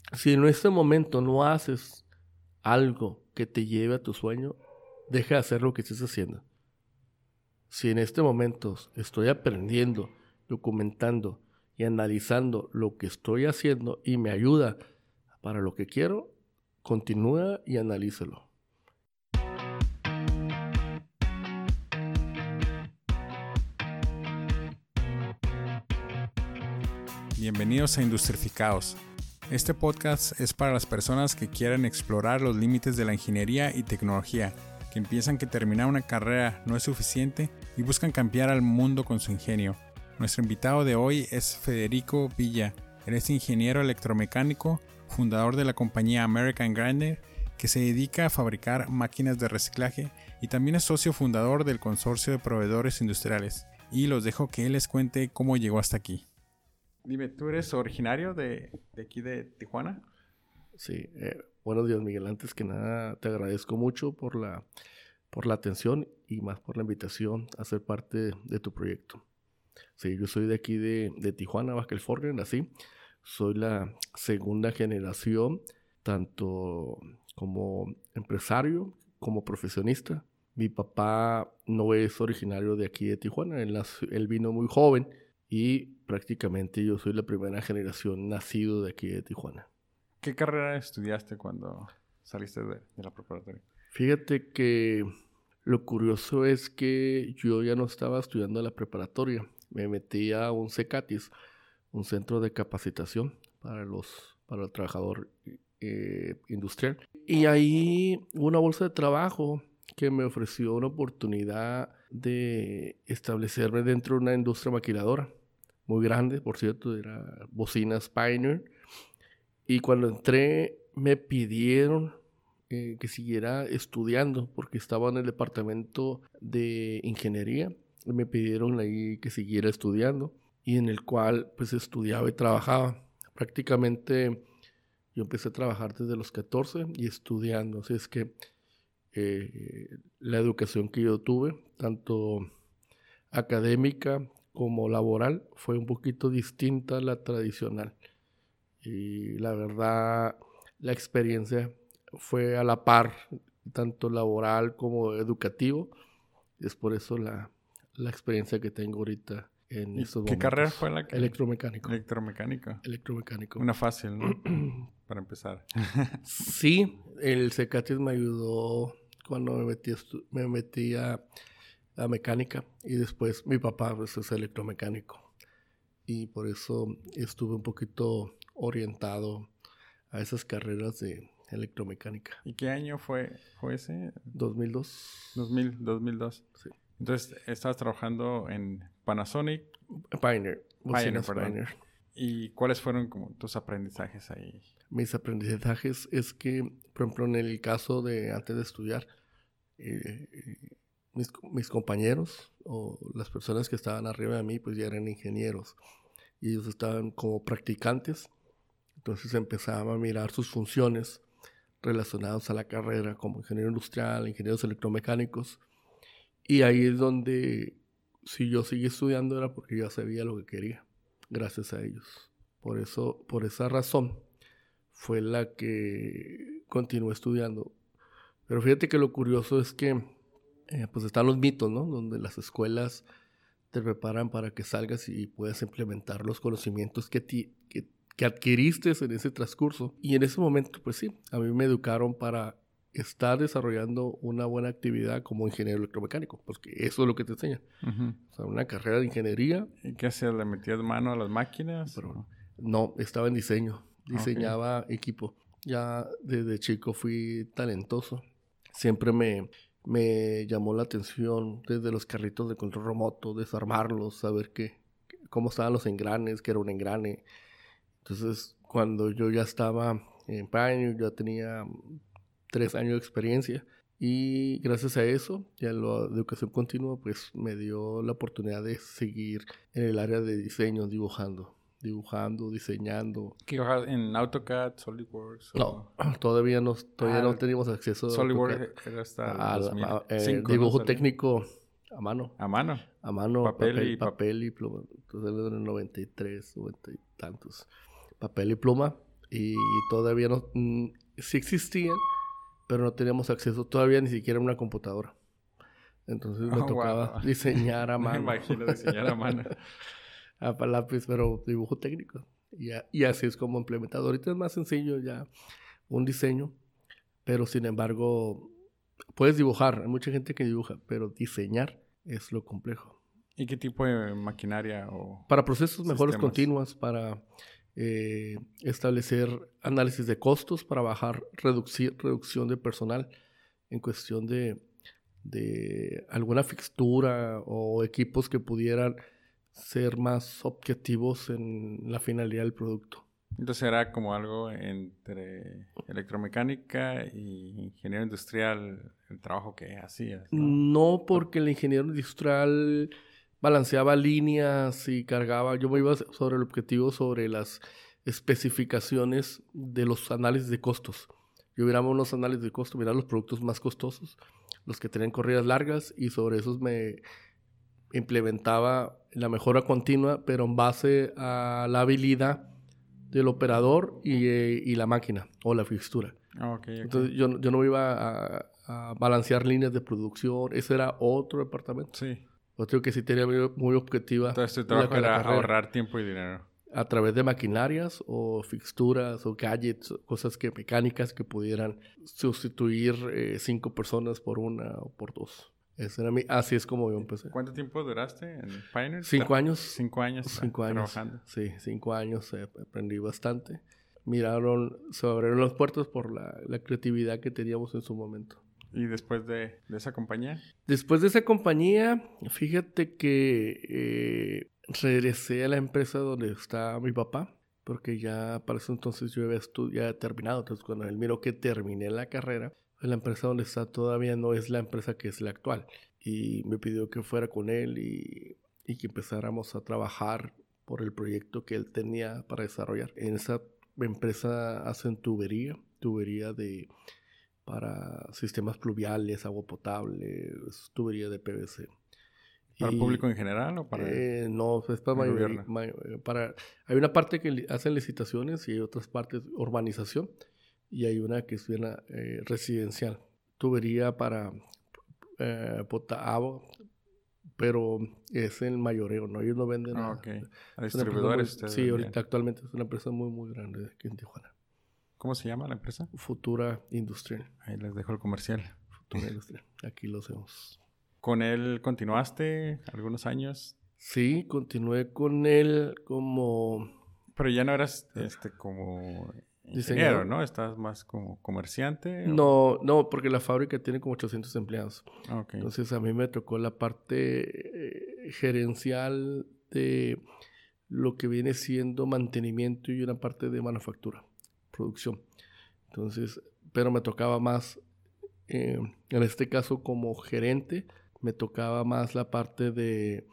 Si en este momento no haces algo que te lleve a tu sueño, deja de hacer lo que estés haciendo. Si en este momento estoy aprendiendo, documentando y analizando lo que estoy haciendo y me ayuda para lo que quiero, continúa y analízalo. Bienvenidos a Industrificados. Este podcast es para las personas que quieren explorar los límites de la ingeniería y tecnología, que piensan que terminar una carrera no es suficiente y buscan cambiar al mundo con su ingenio. Nuestro invitado de hoy es Federico Villa. Él es ingeniero electromecánico, fundador de la compañía American Grinder, que se dedica a fabricar máquinas de reciclaje, y también es socio fundador del consorcio de proveedores industriales. Y los dejo que él les cuente cómo llegó hasta aquí. Dime, ¿tú eres originario de aquí de Tijuana? Sí, buenos días, Miguel. Antes que nada, te agradezco mucho por la atención y más por la invitación a ser parte de tu proyecto. Sí, yo soy de aquí de Tijuana, Baja California, nací. Soy la segunda generación, tanto como empresario como profesionista. Mi papá no es originario de aquí de Tijuana, él vino muy joven y prácticamente yo soy la primera generación nacido de aquí de Tijuana. ¿Qué carrera estudiaste cuando saliste de la preparatoria? Fíjate que lo curioso es que yo ya no estaba estudiando la preparatoria. Me metí a un CECATIS, un centro de capacitación para el trabajador industrial. Y ahí una bolsa de trabajo que me ofreció una oportunidad de establecerme dentro de una industria maquiladora muy grande, por cierto, era Bocinas Pioneer. Y cuando entré me pidieron que siguiera estudiando porque estaba en el departamento de ingeniería. Y me pidieron ahí que siguiera estudiando y en el cual pues estudiaba y trabajaba. Prácticamente yo empecé a trabajar desde los 14 y estudiando. Así es que la educación que yo tuve, tanto académica como laboral, fue un poquito distinta a la tradicional. Y la verdad, la experiencia fue a la par, tanto laboral como educativo. Es por eso la experiencia que tengo ahorita en estos momentos. ¿Qué carrera fue la que? Electromecánico. Electromecánico. Una fácil, ¿no? Para empezar. Sí, el CECATIS me ayudó cuando me metí a mecánica y después mi papá pues, es electromecánico. Y por eso estuve un poquito orientado a esas carreras de electromecánica. ¿Y qué año fue ese? 2002. 2002. Sí. Entonces, estabas trabajando en Panasonic. Pioneer. ¿Y cuáles fueron como tus aprendizajes ahí? Mis aprendizajes es que, por ejemplo, en el caso de antes de estudiar, mis compañeros o las personas que estaban arriba de mí, pues ya eran ingenieros y ellos estaban como practicantes. Entonces empezaba a mirar sus funciones relacionadas a la carrera como ingeniero industrial, ingenieros electromecánicos. Y ahí es donde, si yo seguí estudiando, era porque yo sabía lo que quería, gracias a ellos. Por esa razón, fue la que continué estudiando. Pero fíjate que lo curioso es que, pues están los mitos, ¿no? Donde las escuelas te preparan para que salgas y puedas implementar los conocimientos que adquiriste en ese transcurso. Y en ese momento, pues sí, a mí me educaron para estar desarrollando una buena actividad como ingeniero electromecánico, porque eso es lo que te enseñan. Uh-huh. O sea, una carrera de ingeniería. ¿Y qué hacías? ¿Le metías mano a las máquinas? Pero no, estaba en diseño, diseñaba equipo. Ya desde chico fui talentoso. Siempre me llamó la atención desde los carritos de control remoto, desarmarlos, saber cómo estaban los engranes, qué era un engrane. Entonces, cuando yo ya estaba en Pioneer, ya tenía 3 años de experiencia y gracias a eso, ya la educación continua, pues me dio la oportunidad de seguir en el área de diseño, dibujando, diseñando. ¿Qué en AutoCAD, SolidWorks? No, todavía no teníamos acceso a SolidWorks era hasta 2005, dibujo técnico a mano. ¿A mano? A mano, papel y pluma. Entonces en el 93, 90 y tantos. Papel y pluma, y todavía no, sí existían, pero no teníamos acceso todavía ni siquiera a una computadora. Entonces me tocaba Wow. diseñar a Me mano. imagino diseñar a mano. A lápiz, pero dibujo técnico. Y así es como implementado. Ahorita es más sencillo ya un diseño, pero sin embargo, puedes dibujar. Hay mucha gente que dibuja, pero diseñar es lo complejo. ¿Y qué tipo de maquinaria o Para procesos mejoras sistemas? continuas, para establecer análisis de costos, para bajar reducción de personal en cuestión de alguna fixtura o equipos que pudieran ser más objetivos en la finalidad del producto. Entonces era como algo entre electromecánica y ingeniero industrial, el trabajo que hacías, ¿no? No, porque el ingeniero industrial balanceaba líneas y cargaba. Yo me iba sobre el objetivo, sobre las especificaciones de los análisis de costos. Yo miraba unos análisis de costo, miraba los productos más costosos, los que tenían corridas largas, y sobre esos me implementaba la mejora continua, pero en base a la habilidad del operador y la máquina o la fixtura. Okay. Entonces yo no iba a balancear líneas de producción, ese era otro departamento. Sí. Otro que sí tenía muy objetiva. Entonces tu trabajo era ahorrar tiempo y dinero. A través de maquinarias o fixturas o gadgets, cosas mecánicas que pudieran sustituir 5 personas por una o por 2. Así es como yo empecé. ¿Cuánto tiempo duraste en Pioneer? 5 años. 5 años. 5 años trabajando. Sí, 5 años. Aprendí bastante. Se abrieron las puertas por la creatividad que teníamos en su momento. ¿Y después de esa compañía? Después de esa compañía, fíjate que regresé a la empresa donde está mi papá, porque ya para ese entonces yo había terminado. Entonces cuando él miró que terminé la carrera, la empresa donde está todavía no es la empresa que es la actual. Y me pidió que fuera con él y que empezáramos a trabajar por el proyecto que él tenía para desarrollar. En esa empresa hacen tubería para sistemas pluviales, agua potable, tubería de PVC. ¿Para el público en general o para no, es para el gobierno? Hay una parte que hacen licitaciones y hay otras partes urbanización, y hay una que es residencial. Tubería para agua, pero es el mayoreo, ¿no? Ellos no venden nada. Ok. A distribuidores. Sí, ahorita actualmente es una empresa muy, muy grande aquí en Tijuana. ¿Cómo se llama la empresa? Futura Industrial. Ahí les dejo el comercial. Futura Industrial. Aquí lo hacemos. ¿Con él continuaste algunos años? Sí, continué con él como... Pero ya no eras como ingeniero, ¿no? ¿Estás más como comerciante? No, porque la fábrica tiene como 800 empleados. Okay. Entonces a mí me tocó la parte gerencial de lo que viene siendo mantenimiento y una parte de manufactura, producción. Entonces, pero me tocaba más, en este caso como gerente, me tocaba más la parte de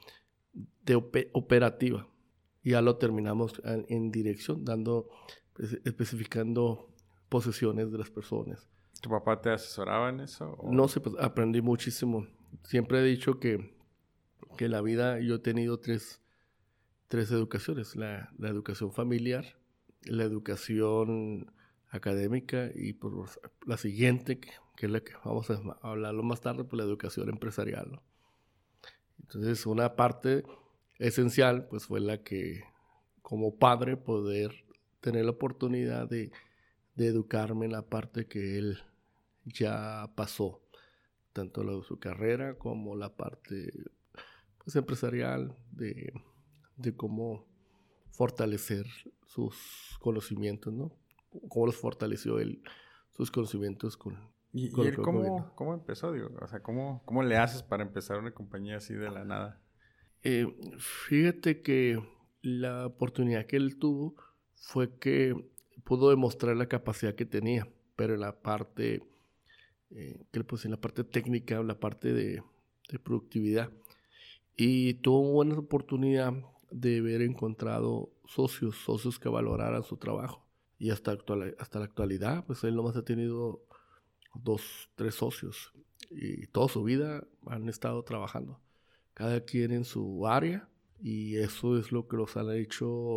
operativa. Y ya lo terminamos en dirección, especificando posiciones de las personas. ¿Tu papá te asesoraba en eso? ¿O? No sé, pues aprendí muchísimo. Siempre he dicho que en la vida yo he tenido tres educaciones. La educación familiar, la educación académica y pues, la siguiente, que es la que vamos a hablarlo más tarde, pues la educación empresarial, ¿no? Entonces, una parte esencial pues fue la que, como padre, poder tener la oportunidad de educarme en la parte que él ya pasó, tanto la de su carrera como la parte pues, empresarial, de cómo fortalecer sus conocimientos, ¿no? Cómo los fortaleció él, sus conocimientos ¿Y él cómo empezó? Digo? O sea, ¿cómo le haces para empezar una compañía así de la nada? Fíjate que la oportunidad que él tuvo fue que pudo demostrar la capacidad que tenía, pero en la parte, en la parte técnica, en la parte de productividad. Y tuvo buena oportunidad de haber encontrado socios que valoraran su trabajo. Y hasta la actualidad, pues él nomás ha tenido 2, 3 socios. Y toda su vida han estado trabajando. Cada quien en su área. Y eso es lo que los ha hecho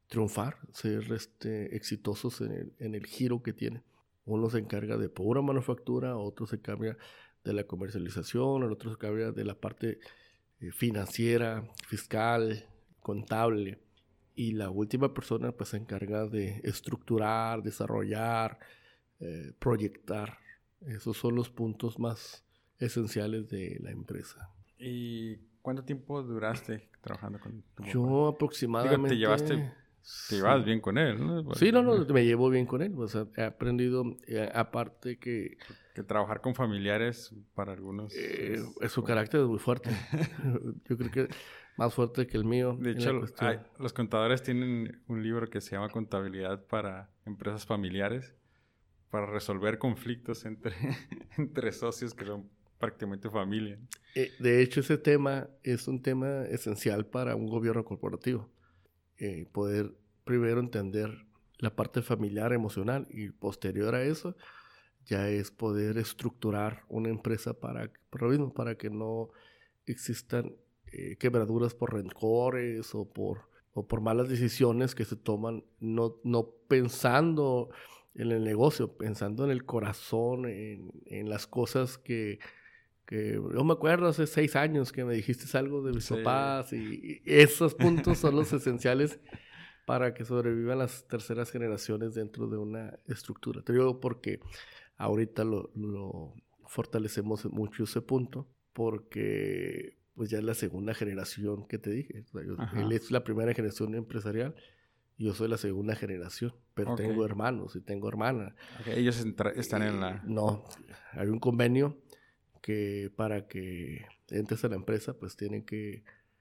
triunfar, ser exitosos en el giro que tienen. Uno se encarga de pura manufactura, otro se encarga de la comercialización, el otro se encarga de la parte financiera, fiscal, contable. Y la última persona pues se encarga de estructurar, desarrollar, proyectar. Esos son los puntos más esenciales de la empresa. ¿Y cuánto tiempo duraste trabajando con tu papá? Yo aproximadamente... Digo, te llevas bien con él, ¿no? Sí, no, me llevo bien con él. O sea, he aprendido, aparte que trabajar con familiares para algunos... su carácter es muy fuerte. Yo creo que más fuerte que el mío. De hecho, los contadores tienen un libro que se llama Contabilidad para Empresas Familiares, para resolver conflictos entre socios que son prácticamente familia. De hecho, ese tema es un tema esencial para un gobierno corporativo. Poder primero entender la parte familiar, emocional, y posterior a eso ya es poder estructurar una empresa para que no existan quebraduras por rencores o por malas decisiones que se toman no pensando en el negocio, pensando en el corazón, en las cosas que yo me acuerdo hace 6 años que me dijiste algo de mis papás, y esos puntos son los esenciales para que sobrevivan las terceras generaciones dentro de una estructura. Te digo porque ahorita lo fortalecemos mucho ese punto, porque pues ya es la segunda generación que te dije. O sea, él es la primera generación empresarial, y yo soy la segunda generación, pero tengo hermanos y tengo hermana. Ellos están en la... No, hay un convenio que para que entres a la empresa, pues tienen que...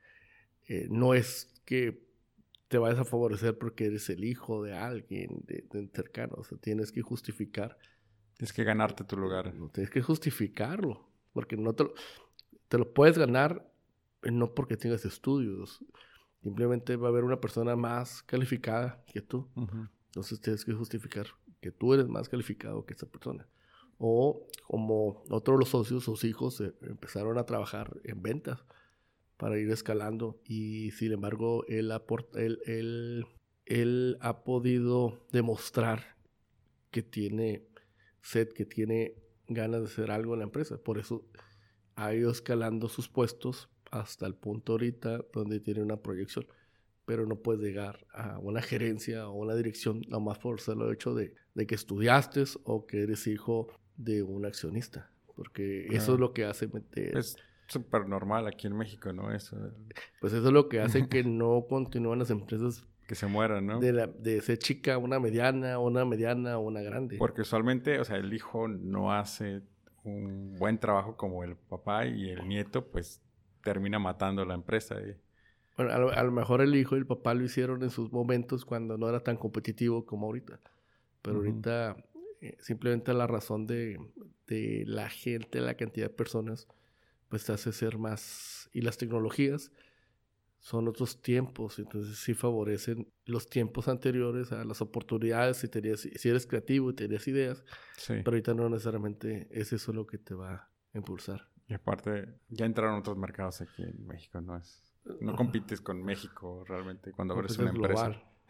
no es que te vayas a favorecer porque eres el hijo de alguien de cercano. O sea, tienes que justificar. Tienes que ganarte tu lugar. No, tienes que justificarlo, porque no te lo puedes ganar no porque tengas estudios. Simplemente va a haber una persona más calificada que tú. Uh-huh. Entonces tienes que justificar que tú eres más calificado que esa persona. O como otros de los socios, sus hijos empezaron a trabajar en ventas para ir escalando, y sin embargo él ha podido demostrar que tiene sed, que tiene ganas de hacer algo en la empresa. Por eso ha ido escalando sus puestos hasta el punto ahorita donde tiene una proyección, pero no puedes llegar a una gerencia o una dirección nomás por ser lo hecho de que estudiaste o que eres hijo de un accionista, porque eso es lo que hace meter... Es súper normal aquí en México, ¿no? Eso. Pues eso es lo que hace que no continúen las empresas... que se mueran, ¿no? De ser chica, una mediana, una grande. Porque usualmente, o sea, el hijo no hace un buen trabajo como el papá, y el nieto, pues, termina matando la empresa. Bueno, a lo mejor el hijo y el papá lo hicieron en sus momentos cuando no era tan competitivo como ahorita. Pero ahorita, simplemente la razón de la gente, la cantidad de personas, pues te hace ser más... Y las tecnologías son otros tiempos, entonces sí favorecen los tiempos anteriores a las oportunidades si eres creativo y tenías ideas, sí. Pero ahorita no necesariamente es eso lo que te va a impulsar. Y aparte, ya entraron otros mercados aquí en México, no compites con México realmente cuando abres una empresa.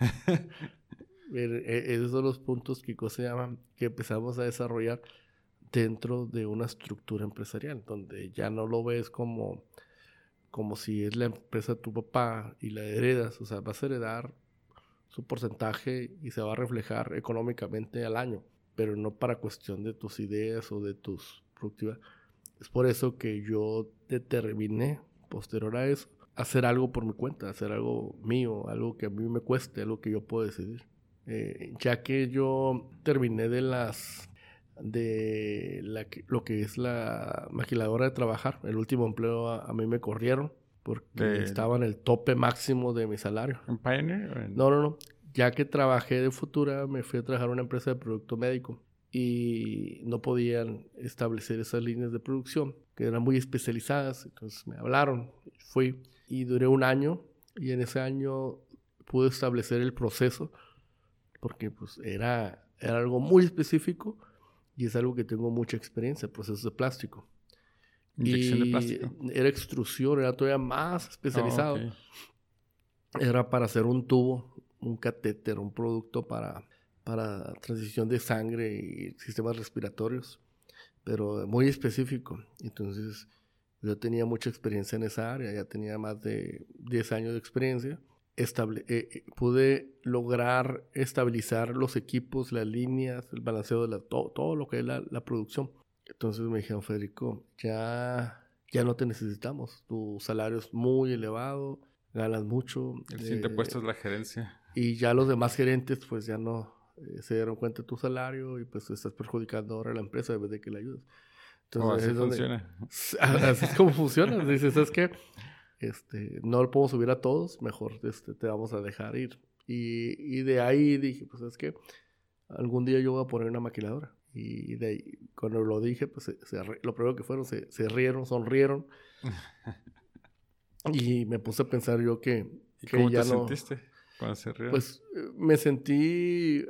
Esos son los puntos que empezamos a desarrollar dentro de una estructura empresarial, donde ya no lo ves como si es la empresa de tu papá y la heredas. O sea, vas a heredar su porcentaje y se va a reflejar económicamente al año, pero no para cuestión de tus ideas o de tus productividades. Es por eso que yo determiné, posterior a eso, hacer algo por mi cuenta, hacer algo mío, algo que a mí me cueste, algo que yo puedo decidir. Ya que yo terminé lo que es la maquiladora de trabajar, el último empleo a mí me corrieron porque estaba en el tope máximo de mi salario. ¿En Pioneer? No. Ya que trabajé de Futura, me fui a trabajar a una empresa de producto médico y no podían establecer esas líneas de producción que eran muy especializadas. Entonces me hablaron, fui y duré 1 año, y en ese año pude establecer el proceso porque pues era algo muy específico. Y es algo que tengo mucha experiencia, procesos de plástico. ¿Inyección de plástico? Era extrusión, era todavía más especializado. Okay. Era para hacer un tubo un catéter, un producto para transición de sangre y sistemas respiratorios, pero muy específico. Entonces, yo tenía mucha experiencia en esa área, ya tenía más de 10 años de experiencia. Pude lograr estabilizar los equipos, las líneas, el balanceo de todo lo que es la producción. Entonces me dijeron, Federico, ya no te necesitamos, tu salario es muy elevado, ganas mucho. El siguiente puesto es la gerencia. Y ya los demás gerentes pues ya no se dieron cuenta de tu salario y pues estás perjudicando ahora a la empresa en vez de que la ayudes. Entonces, así funciona. Así es como funciona. Dices, ¿sabes qué? No lo podemos subir a todos, mejor te vamos a dejar ir. Y de ahí dije, pues es que algún día yo voy a poner una maquiladora. Y de ahí, cuando lo dije, pues lo primero que fueron, se rieron, sonrieron. Y me puse a pensar yo que ¿Cómo ya te sentiste cuando se rieron? Pues me sentí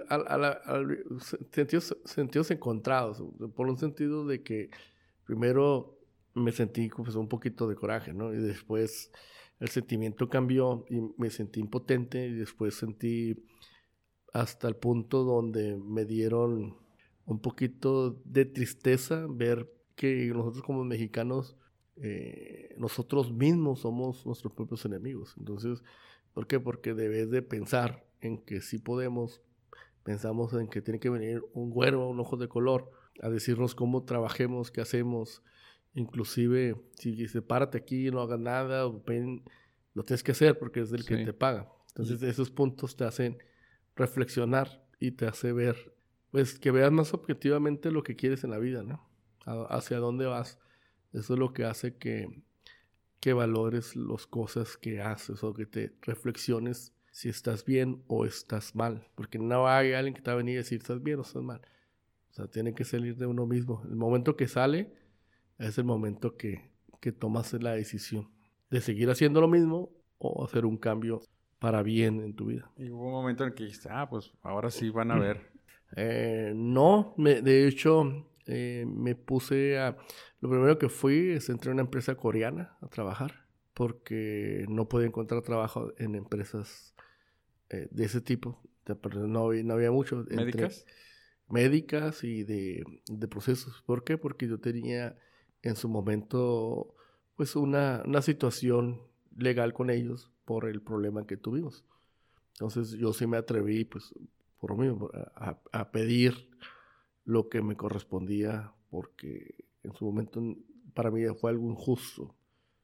sentidos encontrados. Por un sentido de que primero me sentí pues, un poquito de coraje, ¿no? Y después el sentimiento cambió y me sentí impotente y después sentí hasta el punto donde me dieron un poquito de tristeza ver que nosotros como mexicanos, nosotros mismos somos nuestros propios enemigos. Entonces, ¿por qué? Porque debes de pensar en que sí podemos, pensamos en que tiene que venir un güero, un ojo de color, a decirnos cómo trabajemos, qué hacemos. Inclusive, si dice, párate aquí, no hagas nada, ven, lo tienes que hacer porque es el que te paga. Entonces, esos puntos te hacen reflexionar y te hace ver, pues, que veas más objetivamente lo que quieres en la vida, ¿no? Hacia dónde vas. Eso es lo que hace que valores las cosas que haces o que te reflexiones si estás bien o estás mal. Porque no hay alguien que te va a venir a decir estás bien o estás mal. O sea, tiene que salir de uno mismo. El momento que sale es el momento que tomas la decisión de seguir haciendo lo mismo o hacer un cambio para bien en tu vida. Y hubo un momento en el que dijiste, pues ahora sí van a ver. No, de hecho, me puse lo primero que fui es entré a una empresa coreana a trabajar porque no podía encontrar trabajo en empresas de ese tipo. No había mucho. ¿Médicas? Médicas y de procesos. ¿Por qué? Porque yo tenía en su momento pues una situación legal con ellos por el problema que tuvimos. Entonces yo sí me atreví pues por mí a pedir lo que me correspondía porque en su momento para mí fue algo injusto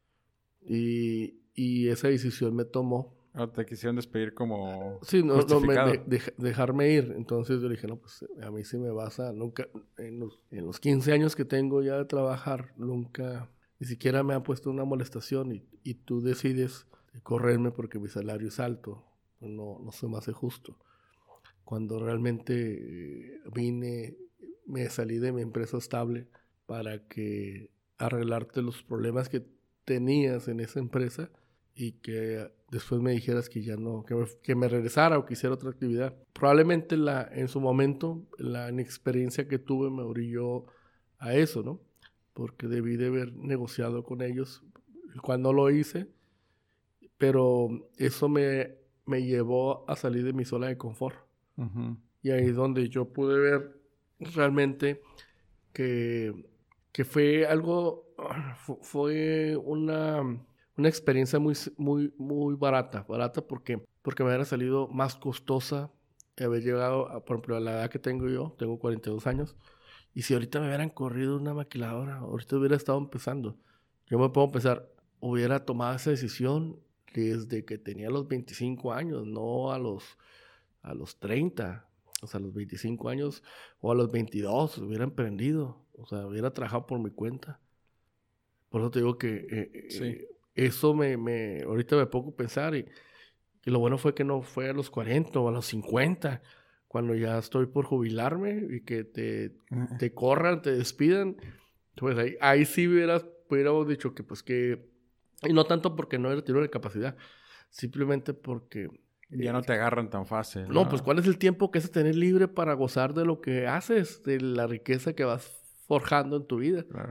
y esa decisión me tomó. Te quisieron despedir como justificado. Dejarme ir. Entonces yo dije, no, pues a mí sí me vas a... Nunca, en los 15 años que tengo ya de trabajar, nunca, ni siquiera me han puesto una molestación y tú decides correrme porque mi salario es alto. No se me hace justo. Cuando realmente me salí de mi empresa estable para que arreglarte los problemas que tenías en esa empresa y que después me dijeras que ya no, que me regresara o que hiciera otra actividad. Probablemente en su momento la inexperiencia que tuve me orilló a eso, ¿no? Porque debí de haber negociado con ellos, el cual no lo hice, pero eso me llevó a salir de mi zona de confort. Uh-huh. Y ahí es donde yo pude ver realmente que fue algo, fue una experiencia muy, muy, muy barata porque me hubiera salido más costosa haber llegado, por ejemplo, a la edad que tengo yo, tengo 42 años, y si ahorita me hubieran corrido una maquiladora, ahorita hubiera estado empezando. Yo me puedo pensar, hubiera tomado esa decisión desde que tenía los 25 años, no a los 30, o sea, a los 25 años o a los 22 hubiera emprendido, o sea, hubiera trabajado por mi cuenta. Por eso te digo que sí. Eso ahorita me pongo a pensar y lo bueno fue que no fue a los 40 o a los 50, cuando ya estoy por jubilarme y que te corran, te despidan, pues ahí sí hubiéramos dicho que pues que, y no tanto porque no era tiro de capacidad, simplemente porque... Ya no te agarran tan fácil. No, pues ¿cuál es el tiempo que has de tener libre para gozar de lo que haces, de la riqueza que vas forjando en tu vida? Claro.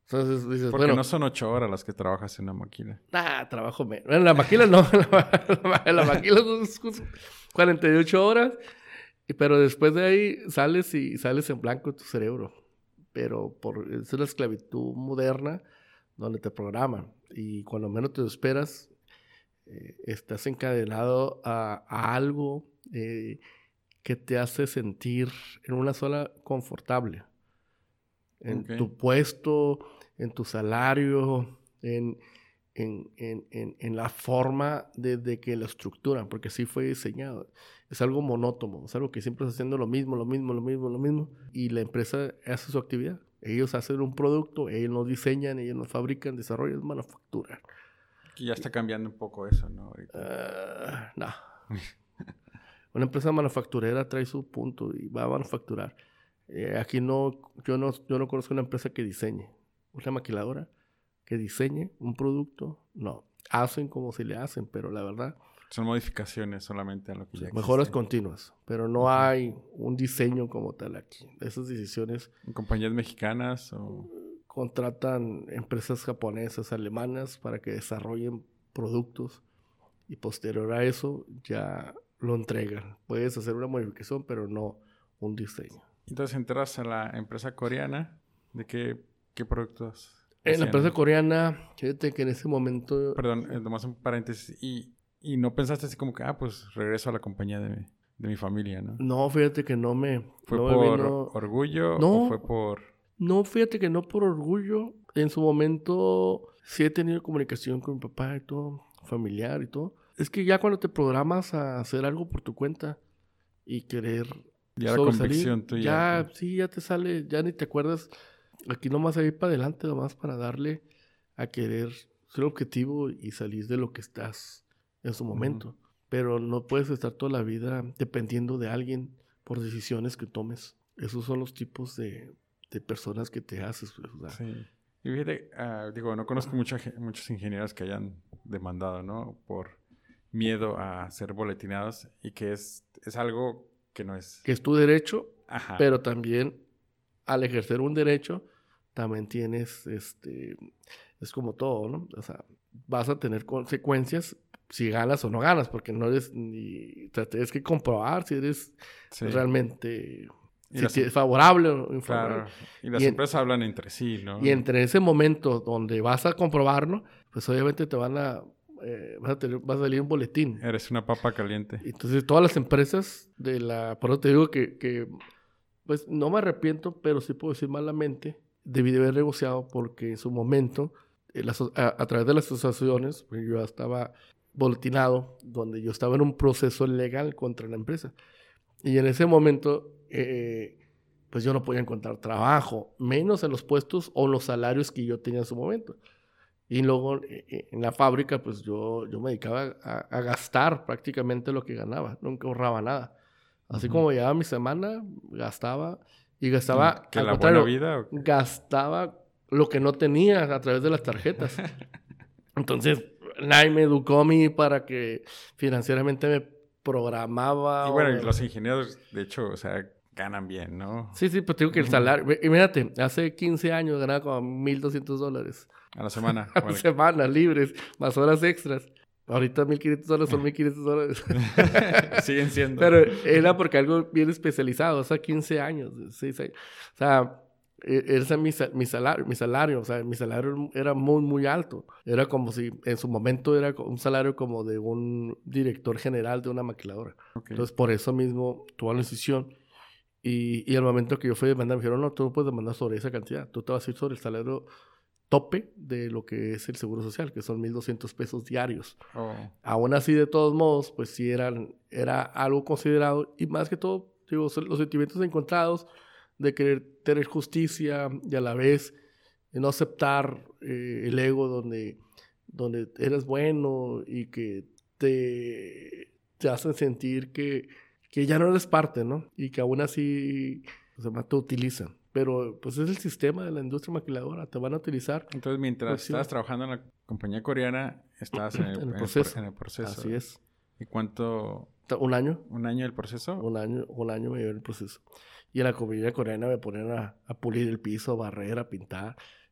Entonces dices, Porque bueno, no son 8 horas las que trabajas en una maquila. trabajo menos. Bueno, en la maquila no. En la maquila son 48 horas. Pero después de ahí sales en blanco tu cerebro. Pero es la esclavitud moderna donde te programan. Y cuando menos te esperas, estás encadenado a algo que te hace sentir en una sola confortable. En tu puesto, en tu salario, en la forma de que lo estructuran, porque así fue diseñado. Es algo monótono, es algo que siempre está haciendo lo mismo, y la empresa hace su actividad. Ellos hacen un producto, ellos lo diseñan, ellos lo fabrican, desarrollan, manufacturan. Que ya está cambiando un poco eso, ¿no? Ahorita. No. Una empresa manufacturera trae su punto y va a manufacturar. Aquí yo no conozco una empresa que diseñe. Una maquiladora que diseñe un producto, no. Hacen como si le hacen, pero la verdad... Son modificaciones solamente a lo que ya existe. Mejoras continuas, pero no hay un diseño como tal aquí. Esas decisiones... ¿En compañías mexicanas o...? Contratan empresas japonesas, alemanas, para que desarrollen productos y posterior a eso ya lo entregan. Puedes hacer una modificación, pero no un diseño. Entonces entras a la empresa coreana. ¿De qué productos? En la empresa coreana, fíjate que en ese momento... Perdón, nomás un paréntesis. Y no pensaste así como que, pues regreso a la compañía de mi familia, ¿no? No, fíjate que no me... ¿Fue no por orgullo o fue por...? No, fíjate que no por orgullo. En su momento sí he tenido comunicación con mi papá y todo, familiar y todo. Es que ya cuando te programas a hacer algo por tu cuenta y querer ya la convicción tuya. Ya te sale, ya ni te acuerdas. Aquí nomás hay para adelante, nomás para darle a querer ser objetivo y salir de lo que estás en su momento. Pero no puedes estar toda la vida dependiendo de alguien por decisiones que tomes. Esos son los tipos de personas que te haces. ¿Verdad? Sí. Y fíjate, no conozco muchos ingenieros que hayan demandado, ¿no? Por miedo a ser boletinados y que es algo que no es... Que es tu derecho, Ajá. Pero también al ejercer un derecho, también tienes, es como todo, ¿no? O sea, vas a tener consecuencias si ganas o no ganas, porque no eres ni... O sea, tienes que comprobar si eres realmente... Si es favorable o infavorable. Claro. Y las empresas hablan entre sí, ¿no? Y entre ese momento donde vas a comprobarlo, pues obviamente te van a... va a salir un boletín. Eres una papa caliente. Entonces todas las empresas por eso te digo que pues no me arrepiento, pero sí puedo decir malamente, debí de haber negociado porque en su momento, a través de las asociaciones, pues yo estaba boletinado, donde yo estaba en un proceso legal contra la empresa. Y en ese momento, pues yo no podía encontrar trabajo, menos en los puestos o los salarios que yo tenía en su momento. Y luego en la fábrica, pues yo me dedicaba a gastar prácticamente lo que ganaba, nunca ahorraba nada. Así como llegaba mi semana, gastaba. ¿Que la buena vida? ¿O qué? Gastaba lo que no tenía a través de las tarjetas. Entonces, nadie me educó a mí para que financieramente me programaba. Y bueno, los ingenieros, de hecho, o sea, ganan bien, ¿no? Sí, pero te digo que el salario... Imagínate, hace 15 años ganaba como $1,200. A la semana. A la semana, libres, más horas extras. Ahorita $1,500 son $1,500. Siguen siendo. Pero era porque algo bien especializado, o sea, 15 años, 6 años. O sea, ese es mi salario, o sea, mi salario era muy, muy alto. Era como si, en su momento era un salario como de un director general de una maquiladora. Okay. Entonces, por eso mismo, tuve la decisión. Y al momento que yo fui a demandar, me dijeron, no, tú no puedes demandar sobre esa cantidad. Tú te vas a ir sobre el salario tope de lo que es el Seguro Social, que son $1,200 diarios. Aún así, de todos modos, pues sí era algo considerado, y más que todo, digo, los sentimientos encontrados de querer tener justicia y a la vez no aceptar el ego donde eres bueno y que te hacen sentir que ya no eres parte, ¿no? Y que aún así te utilizan. Pero pues es el sistema de la industria maquiladora, te van a utilizar. Entonces, mientras estabas trabajando en la compañía coreana, estabas en el proceso. Así es. ¿Y cuánto? ¿Un año? ¿Un año el proceso? Un año me llevé el proceso. Y en la compañía coreana me ponían a pulir el piso, a barrer, a pintar.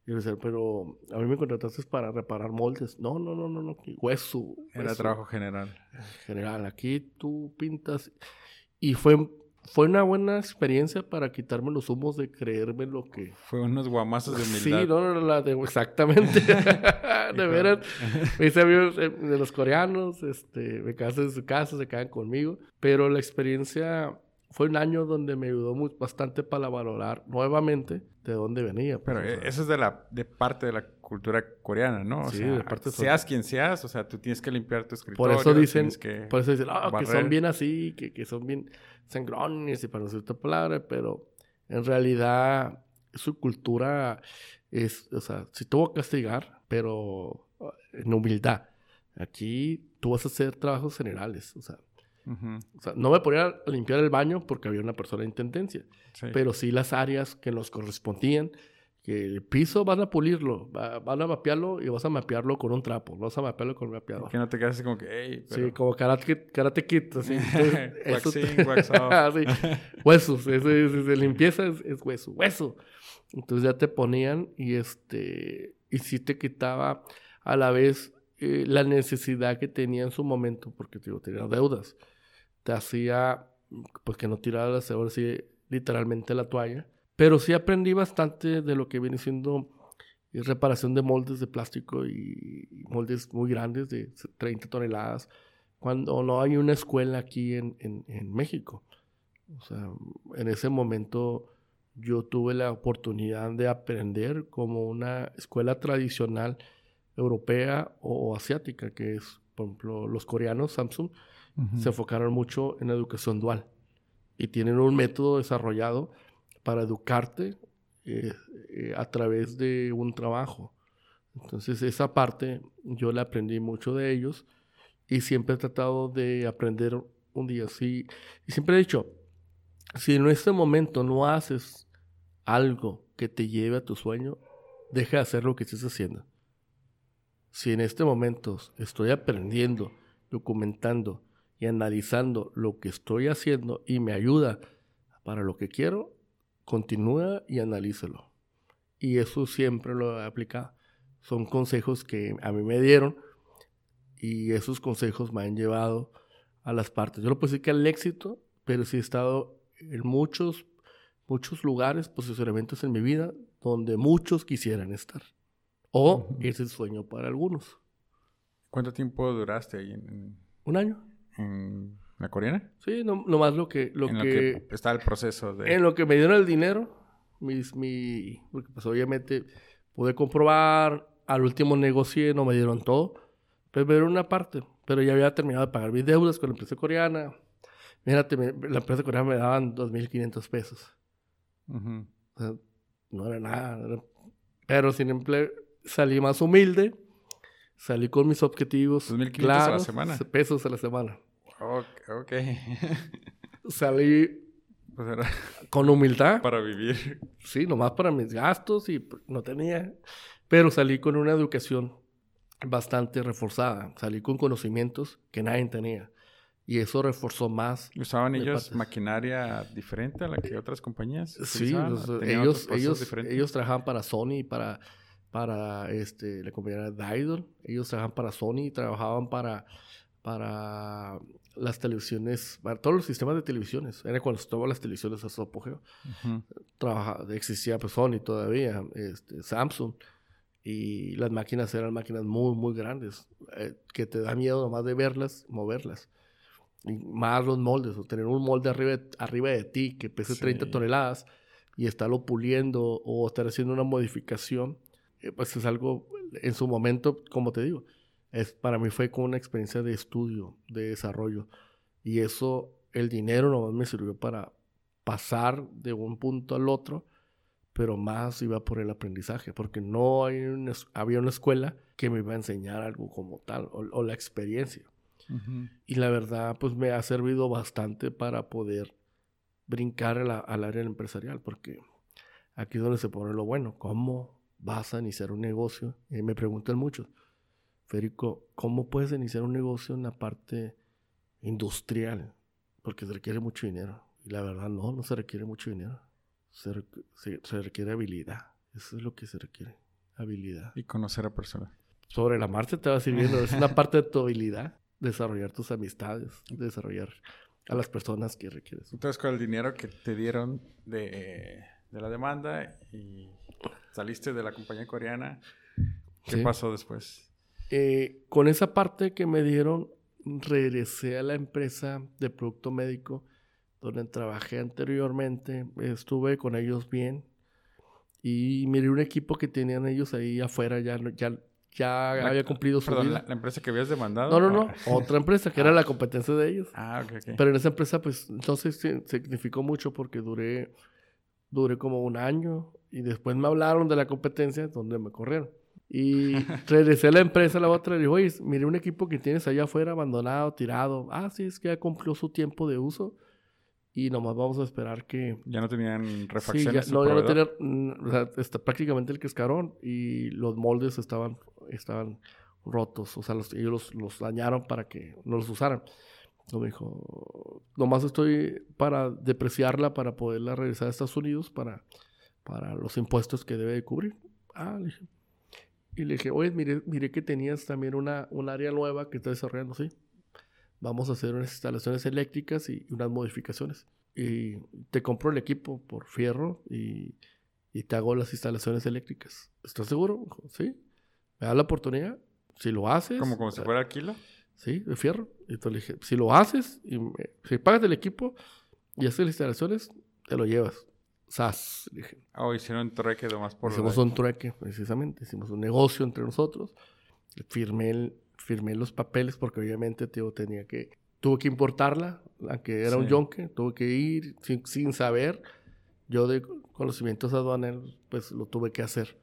Y yo decía, pero a mí me contrataste para reparar moldes. No, hueso. Era trabajo general. General, aquí tú pintas. Y fue una buena experiencia para quitarme los humos de creerme lo que... Fue unos guamazos de humildad. Sí, no, exactamente. De veras. Me hice amigos de los coreanos, me casé en su casa, se quedan conmigo. Pero la experiencia fue un año donde me ayudó bastante para valorar nuevamente de dónde venía. Pero eso es de parte de la cultura coreana, ¿no? O sí, sea, de parte seas quien seas, o sea, tú tienes que limpiar tu escritorio. Por eso dicen, que son bien así, que son bien sangrones, y para no decir otra palabra, pero en realidad su cultura es, o sea, sí te voy a castigar, pero en humildad. Aquí tú vas a hacer trabajos generales, o sea, no me ponía a limpiar el baño porque había una persona de intendencia, sí, pero sí las áreas que nos correspondían, que el piso van a pulirlo, van a mapearlo y vas a mapearlo con un trapo, no vas a mapearlo con un mapeador. Que no te quedes así como que, hey, pero... Sí, como karate kid, así. Waxing, wax off. Sí. Huesos, ese limpieza es hueso. Entonces ya te ponían y sí te quitaba a la vez la necesidad que tenía en su momento, porque tenía deudas. Te hacía, pues, que no tiraras ahora sí literalmente la toalla. Pero sí aprendí bastante de lo que viene siendo reparación de moldes de plástico y moldes muy grandes de 30 toneladas, cuando no hay una escuela aquí en México. O sea, en ese momento yo tuve la oportunidad de aprender como una escuela tradicional europea o asiática, que es, por ejemplo, los coreanos, Samsung, se enfocaron mucho en la educación dual y tienen un método desarrollado para educarte a través de un trabajo. Entonces esa parte yo la aprendí mucho de ellos y siempre he tratado de aprender un día así. Y siempre he dicho, si en este momento no haces algo que te lleve a tu sueño, deja de hacer lo que estés haciendo. Si en este momento estoy aprendiendo, documentando y analizando lo que estoy haciendo y me ayuda para lo que quiero, continúa y analízalo. Y eso siempre lo he aplicado. Son consejos que a mí me dieron y esos consejos me han llevado a las partes. Yo no puedo decir que al éxito, pero sí he estado en muchos lugares, posicionamientos en mi vida donde muchos quisieran estar. O es el sueño para algunos. ¿Cuánto tiempo duraste ahí? ¿Un año? ¿En la coreana? Sí, nomás lo que está el proceso de... En lo que me dieron el dinero, porque pues obviamente pude comprobar, al último negocié, no me dieron todo, pero me dieron una parte, pero ya había terminado de pagar mis deudas con la empresa coreana. Mírate, la empresa coreana me daban 2,500 pesos. O sea, no era nada, pero sin empleo salí más humilde, salí con mis objetivos 2,500 claros, a la semana. Pesos a la semana. Ok. Salí con humildad. Para vivir. Sí, nomás para mis gastos y no tenía. Pero salí con una educación bastante reforzada. Salí con conocimientos que nadie tenía. Y eso reforzó más. ¿Usaban ellos maquinaria diferente a la que otras compañías? Sí, ellos trabajaban para Sony, para la compañía Daidor. Ellos trabajaban para Sony y trabajaban para las televisiones, para todos los sistemas de televisiones. Era cuando estaban las televisiones a su apogeo. Existía pues Sony todavía, Samsung, y las máquinas eran máquinas muy, muy grandes, que te da miedo nomás de verlas, moverlas. Y más los moldes, o tener un molde arriba de ti que pese 30 toneladas y estarlo puliendo o estar haciendo una modificación, pues es algo, en su momento, como te digo, para mí fue como una experiencia de estudio, de desarrollo. Y eso, el dinero nomás me sirvió para pasar de un punto al otro, pero más iba por el aprendizaje, porque no había una escuela que me iba a enseñar algo como tal, o la experiencia. Y la verdad, pues me ha servido bastante para poder brincar al área empresarial, porque aquí es donde se pone lo bueno. ¿Cómo vas a iniciar un negocio? Y me preguntan muchos, Federico, ¿cómo puedes iniciar un negocio en la parte industrial? Porque se requiere mucho dinero. Y la verdad, no se requiere mucho dinero. Se requiere habilidad. Eso es lo que se requiere. habilidad. Y conocer a personas. Sobre la marcha te va sirviendo. Es una parte de tu habilidad. Desarrollar tus amistades. Desarrollar a las personas que requieres. Entonces, con el dinero que te dieron de la demanda y saliste de la compañía coreana, ¿qué pasó después? Con esa parte que me dieron, regresé a la empresa de producto médico donde trabajé anteriormente. Estuve con ellos bien y miré un equipo que tenían ellos ahí afuera. Ya había cumplido su vida. ¿La empresa que habías demandado? No. Otra empresa que era la competencia de ellos. Ok. Pero en esa empresa, pues, entonces significó mucho porque duré como 1 año y después me hablaron de la competencia donde me corrieron. Y regresé a la empresa, la otra, y le dije, oye, miré un equipo que tienes allá afuera abandonado, tirado. Sí, es que ya cumplió su tiempo de uso y nomás vamos a esperar que... ¿Ya no tenían refacciones? Sí, ya no tenían... O sea, está prácticamente el cascarón y los moldes estaban rotos. O sea, ellos los dañaron para que no los usaran. Entonces me dijo, nomás estoy para depreciarla para poderla regresar a Estados Unidos para los impuestos que debe de cubrir. Le dije. Y le dije, oye, miré que tenías también un área nueva que está desarrollando, sí. Vamos a hacer unas instalaciones eléctricas y unas modificaciones. Y te compro el equipo por fierro y te hago las instalaciones eléctricas. ¿Estás seguro? Dijo, sí. ¿Me das la oportunidad? Si lo haces... ¿Como si fuera el kilo? Sí, de fierro. Y entonces le dije, si lo haces, si pagas el equipo y haces las instalaciones, te lo llevas. ¡Sas! Le dije. Hicieron un trueque nomás por... Hicimos un trueque, precisamente. Hicimos un negocio entre nosotros. Firmé los papeles porque obviamente tuve que importarla, aunque era un yonque. Tuve que ir sin saber. Yo de conocimientos aduaneros, pues lo tuve que hacer.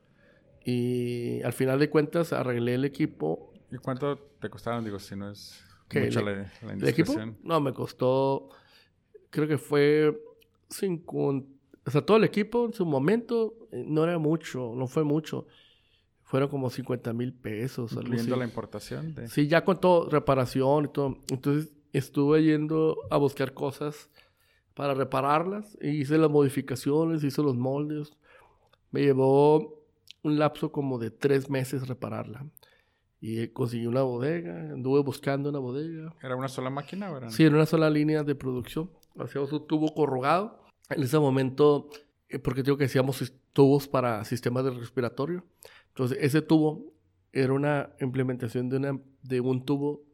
Y al final de cuentas arreglé el equipo. ¿Y cuánto te costaron? Digo, si no es mucha la ¿El equipo? No, me costó, creo que fue 50, o sea, todo el equipo en su momento no era mucho, no fue mucho. Fueron como 50,000 pesos. ¿Incluyendo la importación? Sí, ya con todo, reparación y todo. Entonces estuve yendo a buscar cosas para repararlas. E hice las modificaciones, hice los moldes. Me llevó un lapso como de 3 meses repararla. Y conseguí una bodega, anduve buscando una bodega. ¿Era una sola máquina o Sí, era una sola línea de producción. Hacíamos un tubo corrugado. En ese momento, porque digo que hacíamos tubos para sistemas de respiratorio. Entonces, ese tubo era una implementación de un tubo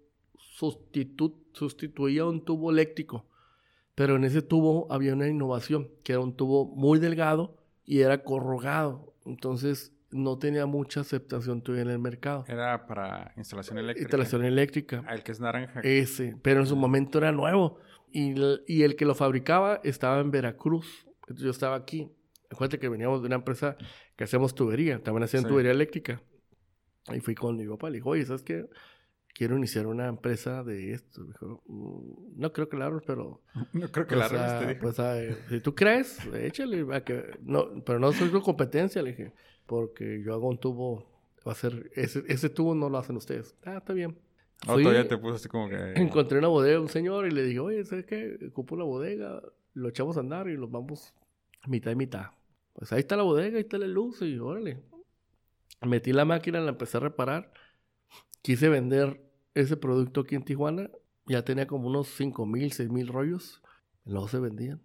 sustituía un tubo eléctrico. Pero en ese tubo había una innovación, que era un tubo muy delgado y era corrugado. Entonces, no tenía mucha aceptación todavía en el mercado. Era para instalación eléctrica. Instalación eléctrica. El que es naranja. Ese, pero en su momento era nuevo. Y el que lo fabricaba estaba en Veracruz. Entonces yo estaba aquí. Acuérdate que veníamos de una empresa que hacemos tubería. También hacían tubería eléctrica. Y fui con mi papá. Le dijo, oye, ¿sabes qué? Quiero iniciar una empresa de esto. Me dijo, no creo que la abras, pero... No creo que la abras, te dijo. Pues si tú crees, échale. No, pero no soy tu competencia, le dije. Porque yo hago un tubo, va a ser... Ese tubo no lo hacen ustedes. Está bien. Todavía te puso así como que... Encontré una bodega, un señor, y le dije, oye, ¿sabes qué? Ocupo una bodega, lo echamos a andar y los vamos mitad y mitad. Pues ahí está la bodega, ahí está la luz, y órale. Metí la máquina, la empecé a reparar. Quise vender ese producto aquí en Tijuana. Ya tenía como unos 5,000, 6,000 rollos. No se vendían.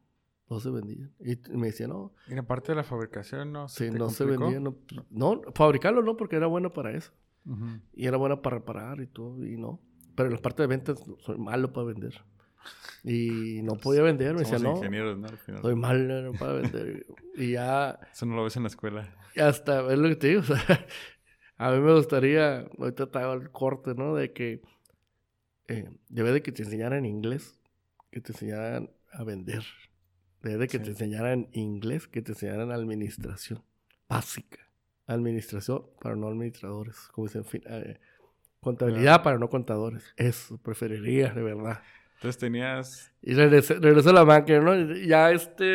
Y me decían, no. ¿Y la parte de la fabricación no se no se vendían? No, fabricarlo no, porque era bueno para eso. Uh-huh. Y era bueno para reparar y todo, y no. Pero en la parte de ventas soy malo para vender. Y no podía vender, me decía, no. Ingenieros, ¿no? Al final. Soy malo para vender. Y ya... Eso no lo ves en la escuela. Y hasta, es lo que te digo, o sea, a mí me gustaría, ahorita te hago el corte, ¿no? De que, debe de que te enseñaran inglés, que te enseñaran a vender. Debe de que te enseñaran inglés, que te enseñaran administración básica. Administración para no administradores, como dicen, contabilidad para no contadores. Eso preferiría, de verdad. Entonces tenías... Y regresé a la máquina, ¿no? Ya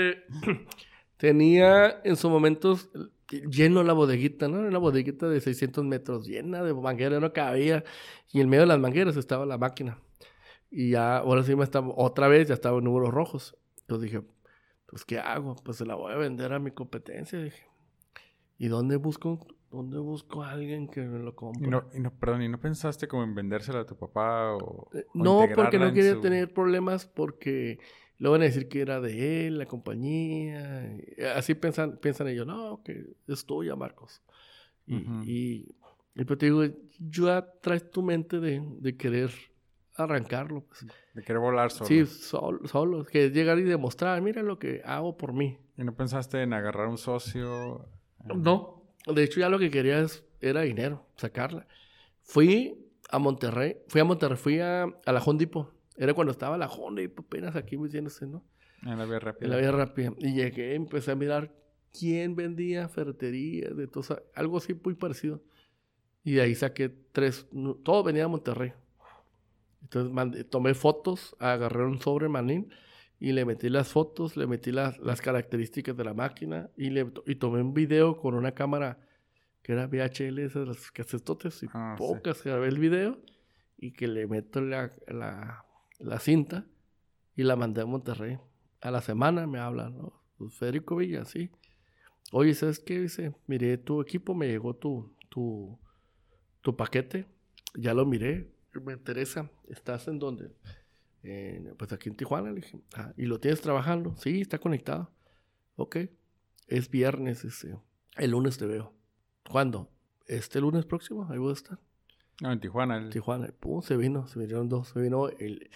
tenía en su momento lleno la bodeguita, ¿no? Una bodeguita de 600 metros, llena de mangueras, no cabía. Y en medio de las mangueras estaba la máquina. Y ya, ahora sí otra vez ya estaba en números rojos. Entonces dije, pues, ¿qué hago? Pues se la voy a vender a mi competencia, dije. ¿Y dónde busco ¿dónde busco a alguien que me lo compre? ¿Y no pensaste como en vendérselo a tu papá o No, porque integrarla no en quería tener problemas porque le van a decir que era de él, la compañía. Así piensan ellos, no, que es tuya, Marcos. Ujú. Y pues te digo, ya traes tu mente de querer arrancarlo. Pues. De querer volar solo. Sí, solo. Que es llegar y demostrar, mira lo que hago por mí. ¿Y no pensaste en agarrar un socio? No, de hecho ya lo que quería era dinero, sacarla. Fui a Monterrey, fui a la Home Depot. Era cuando estaba la Home Depot apenas aquí diciéndose, ¿no? En la vía rápida. En la vía rápida. Y llegué, empecé a mirar quién vendía ferretería, de todo, algo así muy parecido. Y de ahí saqué 3, todo venía de Monterrey. Entonces tomé fotos, agarré un sobre manín y le metí las fotos, le metí las características de la máquina y tomé un video con una cámara que era VHL, esas las casetotes, y pocas, grabé el video y que le meto la cinta y la mandé a Monterrey. A la semana me hablan, ¿no? Pues Federico Villa, sí. Oye, ¿sabes qué? Dice, miré tu equipo, me llegó tu paquete, ya lo miré, me interesa. ¿Estás en dónde? Pues aquí en Tijuana, le dije. ¿Y lo tienes trabajando? Sí, está conectado. Ok. Es viernes, el lunes te veo. ¿Cuándo? Este lunes próximo, ahí voy a estar. No, en Tijuana. Tijuana. Pum, se vinieron dos. Se vino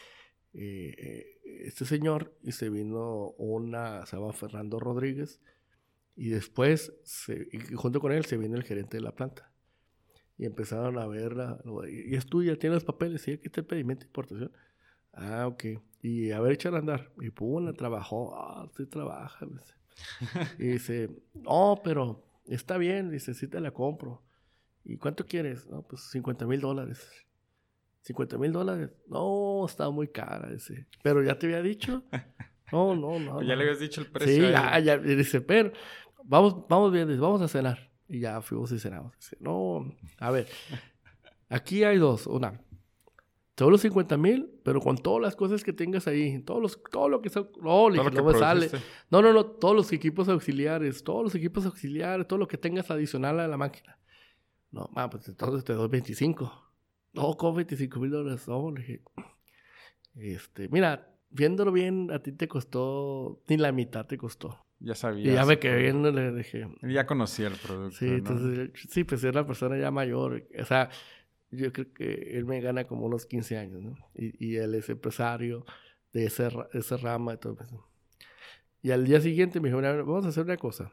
este señor y se vino se llama Fernando Rodríguez. Y después, y junto con él, se vino el gerente de la planta. Y empezaron a verla. ¿Y es tuya? ¿Tienes los papeles? Sí, aquí está el pedimento de importación. Ah, ok. Y a ver, echar a andar. Y pum, la trabajó. Sí trabaja. Dice. Y dice, no, pero está bien. Dice, sí te la compro. ¿Y cuánto quieres? No, pues $50,000. $50,000. No, está muy cara. Dice, pero ya te había dicho. No. Pues ya le habías dicho el precio. Sí, ya. Dice, pero vamos bien. Dice, vamos a cenar. Y ya fuimos y cenamos. Dice, no, a ver. Aquí hay dos. Una. Te doy los 50,000, pero con todas las cosas que tengas ahí, todo lo que son, no me sale. No, todos los equipos auxiliares, todo lo que tengas adicional a la máquina. No, pues entonces te doy 25. No, con $25,000. No, le dije, mira, viéndolo bien, a ti te costó, ni la mitad te costó. Ya sabía. Y ya me quedé viendo, le dije. Ya conocía el producto. Sí, entonces, sí, pues es la persona ya mayor, o sea. Yo creo que él me gana como unos 15 años, ¿no? Y él es empresario de esa rama y todo eso. Y al día siguiente me dijo, mira, vamos a hacer una cosa.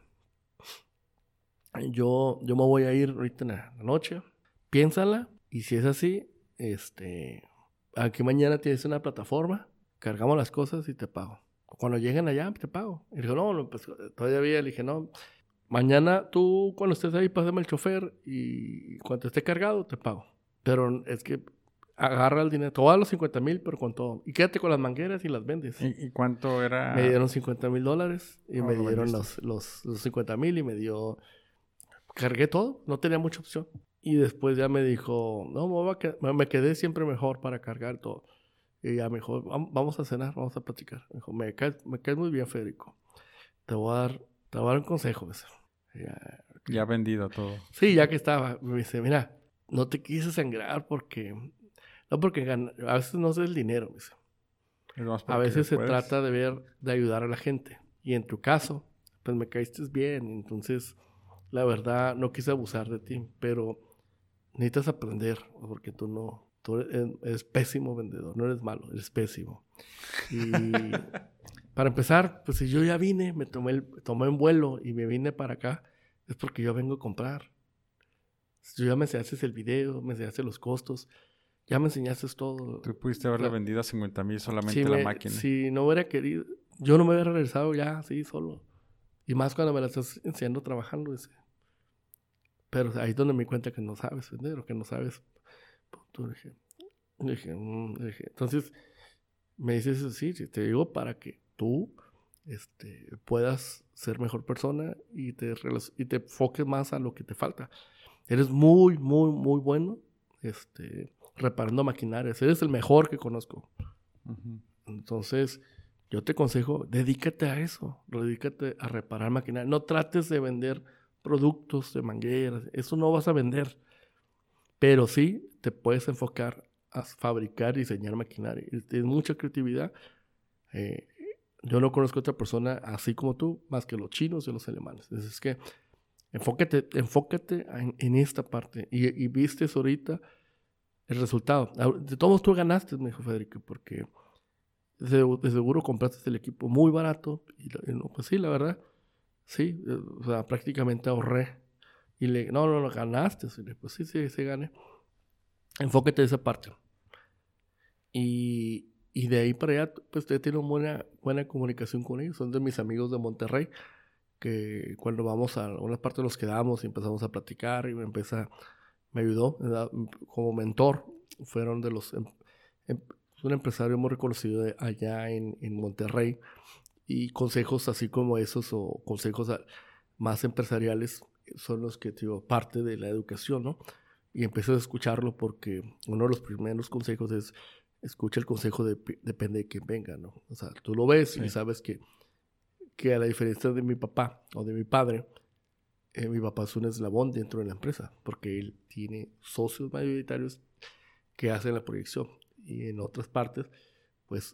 Yo me voy a ir ahorita en la noche. Piénsala. Y si es así, aquí mañana tienes una plataforma. Cargamos las cosas y te pago. Cuando lleguen allá, te pago. Y dijo, no, pues todavía le dije, no. Mañana tú, cuando estés ahí, pásame el chofer y cuando esté cargado, te pago. Pero es que agarra el dinero, todos los 50,000, pero con todo. Y quédate con las mangueras y las vendes. ¿Y cuánto era? Me dieron $50,000 y me dieron los 50,000 y me dio... Cargué todo, no tenía mucha opción. Y después ya me dijo, no, me quedé siempre mejor para cargar todo. Y ya me dijo, vamos a cenar, vamos a platicar. Me dijo, me caes muy bien, Federico. Te voy a dar un consejo. Ya vendido todo. Sí, ya que estaba. Me dice, mira, no te quise sangrar porque a veces no es el dinero. Dice. A veces se trata de ayudar a la gente. Y en tu caso, pues me caíste bien. Entonces, la verdad, no quise abusar de ti. Pero necesitas aprender porque tú eres pésimo vendedor. No eres malo, eres pésimo. Y para empezar, pues si yo ya vine, tomé un vuelo y me vine para acá, es porque yo vengo a comprar. Tú ya me enseñaste el video, me enseñaste los costos, ya me enseñaste todo. Tú pudiste haberle vendido a 50,000 solamente la máquina. Si no hubiera querido, yo no me hubiera regresado ya así solo. Y más cuando me la estás enseñando trabajando. Pero ahí es donde me di cuenta que no sabes vender o que no sabes. Le dije. Entonces, me dices sí, te digo para que tú puedas ser mejor persona y te enfoques más a lo que te falta. Eres muy, muy, muy bueno reparando maquinarias. Eres el mejor que conozco. Uh-huh. Entonces, yo te aconsejo, dedícate a eso. Dedícate a reparar maquinaria. No trates de vender productos de mangueras. Eso no vas a vender. Pero sí te puedes enfocar a fabricar y diseñar maquinaria. Es mucha creatividad. Yo no conozco otra persona así como tú, más que los chinos y los alemanes. Entonces es que enfócate en esta parte. Y viste ahorita el resultado. De todos tú ganaste, me dijo Federico, porque de seguro compraste el equipo muy barato. Y pues sí, la verdad, sí. O sea, prácticamente ahorré. Y no, ganaste. Pues sí, gané. Enfócate en esa parte. Y de ahí para allá, pues he tenido buena comunicación con ellos. Son de mis amigos de Monterrey, que cuando vamos a una parte nos quedamos y empezamos a platicar y me ayudó, ¿verdad? Como mentor. Fueron de los... un empresario muy reconocido allá en Monterrey, y consejos así como esos o consejos más empresariales son los que, digo, parte de la educación, ¿no? Y empecé a escucharlo porque uno de los primeros consejos es: escucha el consejo, depende de quién venga, ¿no? O sea, tú lo ves y sabes que a la diferencia de mi papá o de mi padre, mi papá es un eslabón dentro de la empresa, porque él tiene socios mayoritarios que hacen la proyección. Y en otras partes, pues,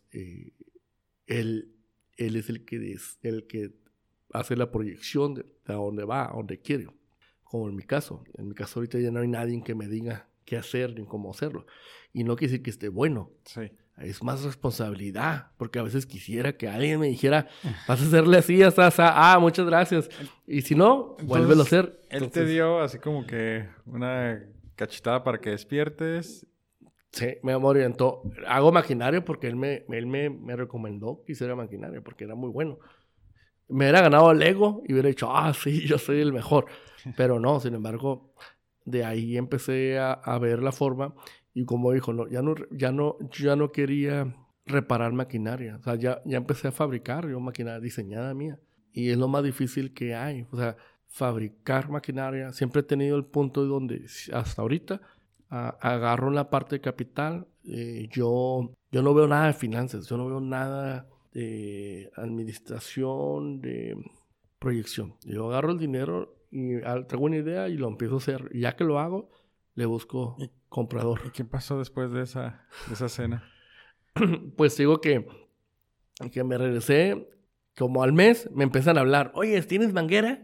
él es el que hace la proyección de a dónde va, a dónde quiere. Como en mi caso. En mi caso ahorita ya no hay nadie que me diga qué hacer ni cómo hacerlo. Y no quiere decir que esté bueno. Sí. Es más responsabilidad, porque a veces quisiera que alguien me dijera: vas a hacerle así, muchas gracias. Y si no, vuélvelo a hacer. Él te dio así como que una cachetada para que despiertes. Sí, me orientó. Hago maquinaria porque él me recomendó que hiciera maquinaria, porque era muy bueno. Me hubiera ganado el ego y hubiera dicho: sí, yo soy el mejor. Pero no, sin embargo, de ahí empecé a ver la forma. Y como dijo, ya no quería reparar maquinaria. O sea, ya empecé a fabricar yo maquinaria diseñada mía. Y es lo más difícil que hay. O sea, fabricar maquinaria. Siempre he tenido el punto donde hasta ahorita agarro la parte de capital. Yo no veo nada de finanzas. Yo no veo nada de administración, de proyección. Yo agarro el dinero y traigo una idea y lo empiezo a hacer. Y ya que lo hago, le busco comprador. ¿Y qué pasó después de esa cena? Pues digo que me regresé como al mes, me empiezan a hablar: oye, ¿tienes manguera?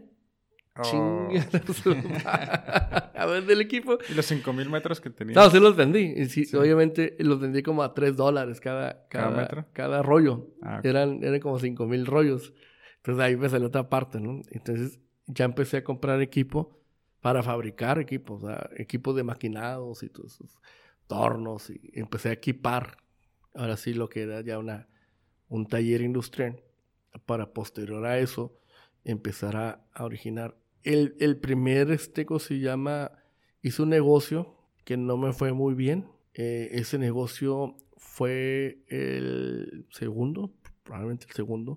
A ver, del equipo. ¿Y los 5,000 metros que tenías? No, sí los vendí. Y sí. Obviamente los vendí como a $3 cada metro. Cada rollo. Okay. Eran como 5,000 rollos. Entonces ahí me salió otra parte, ¿no? Entonces ya empecé a comprar equipo para fabricar equipos, o sea, equipos de maquinados y todos esos tornos. Y empecé a equipar, ahora sí, lo que era ya un taller industrial, para posterior a eso empezar a originar. El primer se llama, hice un negocio que no me fue muy bien. Ese negocio fue el segundo, probablemente el segundo.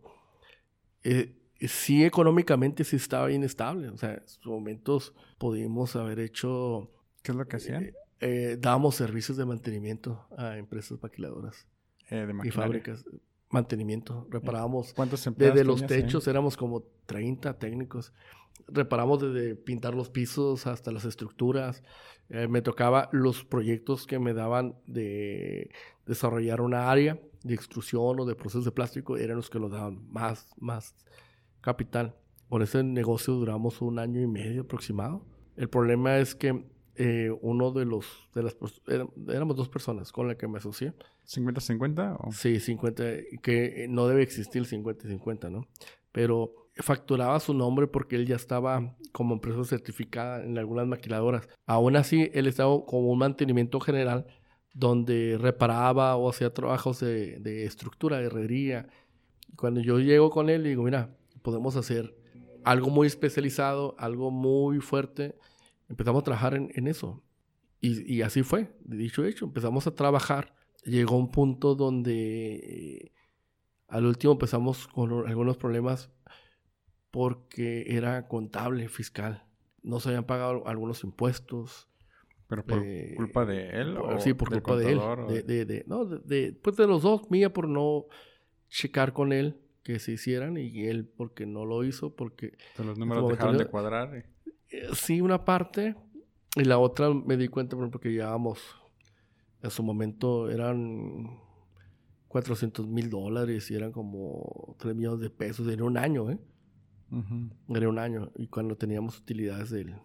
Sí, económicamente sí estaba inestable. O sea, en sus momentos pudimos haber hecho... ¿Qué es lo que hacían? Dábamos servicios de mantenimiento a empresas maquiladoras y fábricas. Mantenimiento. Reparábamos. ¿Cuántos empleados desde los techos éramos como 30 técnicos. Reparamos desde pintar los pisos hasta las estructuras. Me tocaba los proyectos que me daban de desarrollar una área de extrusión o de procesos de plástico, eran los que nos daban más capital. Con ese negocio duramos 1 año y medio aproximado. El problema es que uno éramos 2 personas con las que me asocié. ¿50-50? ¿O? Sí, 50, que no debe existir el 50-50, ¿no? Pero facturaba su nombre porque él ya estaba como empresa certificada en algunas maquiladoras. Aún así, él estaba como un mantenimiento general donde reparaba o hacía trabajos de estructura, de herrería. Cuando yo llego con él, le digo: mira, podemos hacer algo muy especializado, algo muy fuerte. Empezamos a trabajar en eso. Y así fue, dicho hecho. Empezamos a trabajar. Llegó un punto donde al último empezamos con algunos problemas porque era contable, fiscal. No se habían pagado algunos impuestos. ¿Pero por culpa de él? Sí, por culpa de él. Pues de los dos. Mía por no checar con él que se hicieran, y él porque no lo hizo, porque... Los números dejaron de cuadrar. Sí, una parte. Y la otra me di cuenta, por ejemplo, que llevábamos, en su momento eran $400,000 y eran como 3 millones de pesos. Era un año, ¿eh? Era un año. Y cuando teníamos utilidades del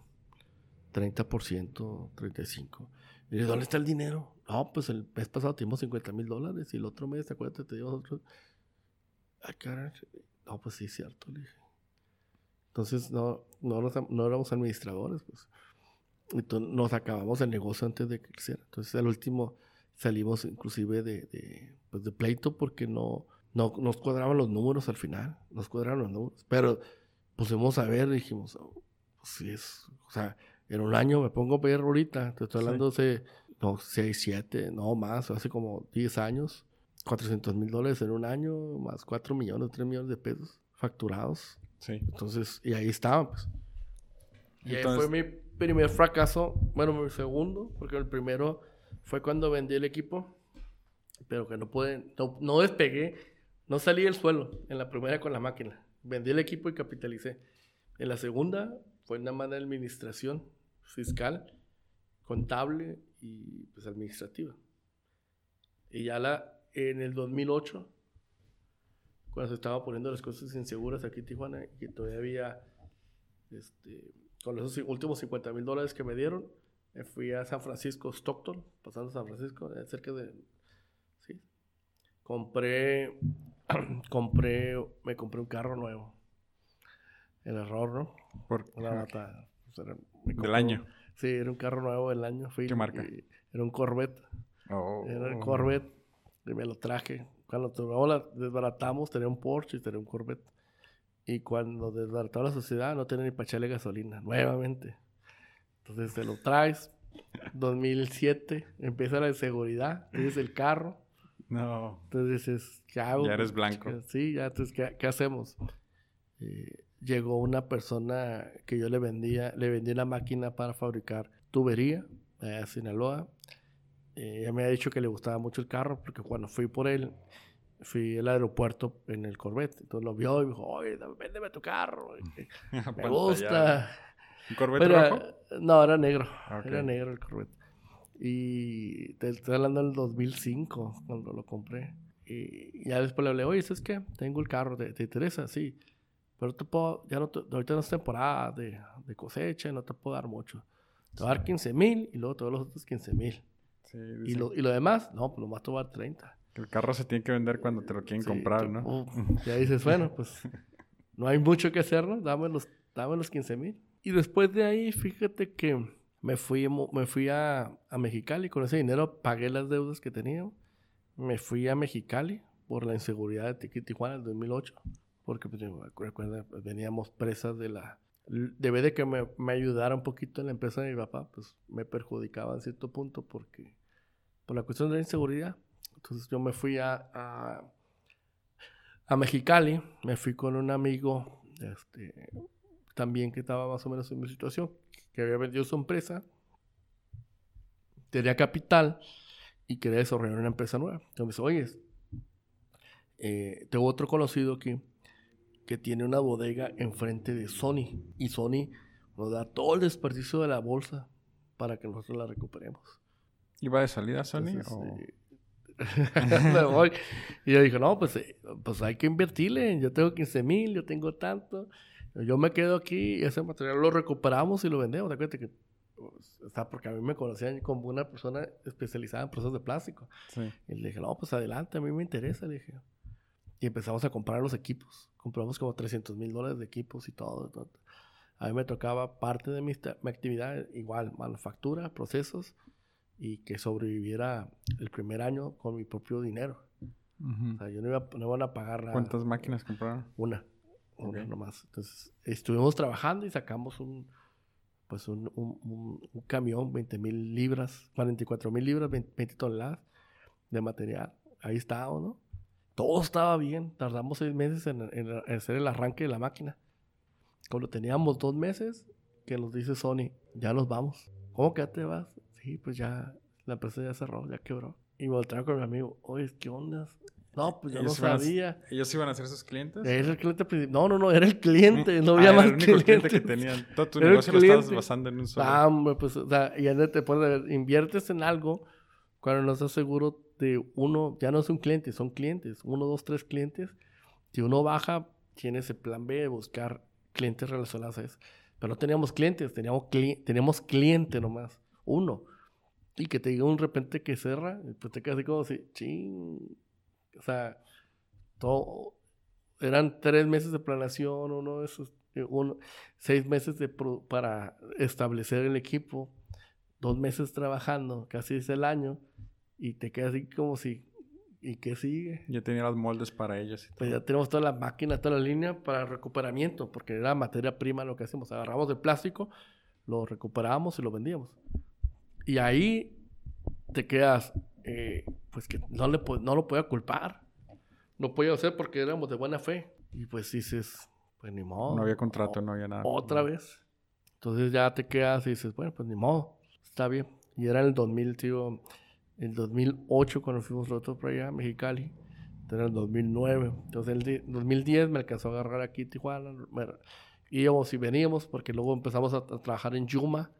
30%, 35%. Y le dije, ¿dónde está el dinero? No, pues el mes pasado tuvimos $50,000 y el otro mes, acuérdate, te dimos otro. Ay, caray. No, pues sí, es cierto, le dije. Entonces, no éramos administradores, pues. Entonces, nos acabamos el negocio antes de que creciera. Entonces, al último salimos inclusive de pleito porque no nos cuadraban los números al final. Nos cuadraban los números. Pero pusimos a ver y dijimos, pues sí es, o sea, en un año me pongo a ver ahorita, te estoy hablando hace 6, 7, no más, hace como 10 años, $400,000 en un año, más 4 millones, 3 millones de pesos facturados. Sí. Entonces, y ahí estaban, pues. Y entonces, ahí fue mi primer fracaso, bueno, mi segundo, porque el primero fue cuando vendí el equipo, pero que no despegué, no salí del suelo en la primera con la máquina. Vendí el equipo y capitalicé. En la segunda fue nada más de administración fiscal, contable y pues administrativa. Y ya en el 2008, cuando se estaban poniendo las cosas inseguras aquí en Tijuana, que todavía había, con esos últimos $50,000 que me dieron, me fui a San Francisco, Stockton, pasando a San Francisco, cerca de... Sí. Me compré un carro nuevo. El error, ¿no? ¿Por una batalla. del año? Sí, era un carro nuevo del año. ¿Qué marca? Era un Corvette. Era el Corvette y me lo traje. Cuando desbaratamos, tenía un Porsche y tenía un Corvette. Y cuando desbarató la sociedad, no tenía ni para echarle gasolina, nuevamente. Entonces te lo traes. 2007, empieza la inseguridad, tienes el carro. No. Entonces dices, ¿qué hago? Ya eres blanco. Sí, ya, entonces, ¿qué hacemos? Llegó una persona que yo le vendí una máquina para fabricar tubería a Sinaloa. Ella me ha dicho que le gustaba mucho el carro porque cuando fui por él, fui al aeropuerto en el Corvette. Entonces lo vio y me dijo, oye, véndeme tu carro. Me gusta. ¿Un Corvette rojo? No, era negro. Okay. Era negro el Corvette. Y te estoy hablando del 2005, cuando lo compré. Y ya después le hablé, oye, ¿sabes qué? Tengo el carro, ¿te interesa? Sí. Pero ahorita no es temporada de cosecha, no te puedo dar mucho. Te voy a dar 15,000 y luego te doy los otros 15,000. Sí, y lo demás, no, pues lo más te voy a dar 30. El carro se tiene que vender cuando te lo quieren comprar, ¿no? Ya dices, bueno, pues no hay mucho que hacer, ¿no? Dame los 15,000. Y después de ahí, fíjate que me fui a Mexicali. Con ese dinero pagué las deudas que tenía. Me fui a Mexicali por la inseguridad de Tijuana en 2008. Porque, pues, recuerda, pues, veníamos presas debe de que me ayudara un poquito en la empresa de mi papá, pues me perjudicaba en cierto punto por la cuestión de la inseguridad. Entonces yo me fui a Mexicali, me fui con un amigo también que estaba más o menos en mi situación, que había vendido su empresa, tenía capital y quería desarrollar una empresa nueva. Entonces me dice, oye, tengo otro conocido aquí que tiene una bodega enfrente de Sony. Y Sony nos da todo el desperdicio de la bolsa para que nosotros la recuperemos. ¿Iba de salida Sony? Entonces, me voy. Y yo dije, no, pues hay que invertirle. Yo tengo 15,000, yo tengo tanto. Yo me quedo aquí y ese material lo recuperamos y lo vendemos. Acuérdate que, porque a mí me conocían como una persona especializada en procesos de plástico. Sí. Y le dije, no, pues adelante, a mí me interesa. Le dije. Y empezamos a comprar los equipos. Compramos como $300,000 de equipos y todo. A mí me tocaba parte de mi actividad, igual, manufactura, procesos, y que sobreviviera el primer año con mi propio dinero. O sea, yo no iban a pagar nada. ¿Cuántas máquinas compraron? Una nomás. Entonces, estuvimos trabajando y sacamos un camión, 20,000 libras, 44,000 libras, 20 toneladas de material. Ahí estaba, ¿no? Todo estaba bien. Tardamos 6 meses en hacer el arranque de la máquina. Cuando teníamos 2 meses, que nos dice Sony, ya nos vamos. ¿Cómo que ya te vas? Sí, pues ya, la empresa ya cerró, ya quebró. Y me volteaba con mi amigo, oye, ¿qué onda? No, pues yo no sabía. ¿Ellos iban a ser sus clientes? Era el cliente principal. No, era el cliente. No era había más el único cliente que clientes. tenían. Todo tu Era negocio lo el estabas cliente. basando en un solo. Hombre, pues, o sea, y ya te puedes ver, inviertes en algo cuando no estás seguro de uno, ya no es un cliente, son clientes, 1, 2, 3 clientes. Si uno baja, tiene ese plan B de buscar clientes relacionados a eso. Pero no teníamos clientes, teníamos cliente nomás, uno. Y que te diga un repente que cerra, pues te quedas así como así, ching. O sea, todo, eran 3 meses de planeación, 6 meses para establecer el equipo, 2 meses trabajando, casi es el año, y te quedas así como si, ¿y qué sigue? Ya tenía los moldes para ellos. Pues ya tenemos toda la máquina, toda la línea para recuperamiento, porque era materia prima lo que hacemos. Agarramos el plástico, lo recuperábamos y lo vendíamos. Y ahí te quedas, pues que no lo podía culpar. No podía hacer porque éramos de buena fe. Y pues dices, pues ni modo. No había contrato, no había nada. Otra vez. Entonces ya te quedas y dices, bueno, pues ni modo, está bien. Y era en el 2000, tío, el 2008 cuando fuimos nosotros por allá a Mexicali. Entonces en el 2009. Entonces en el 2010 me alcanzó a agarrar aquí en Tijuana. Íbamos y veníamos porque luego empezamos a trabajar en Yuma.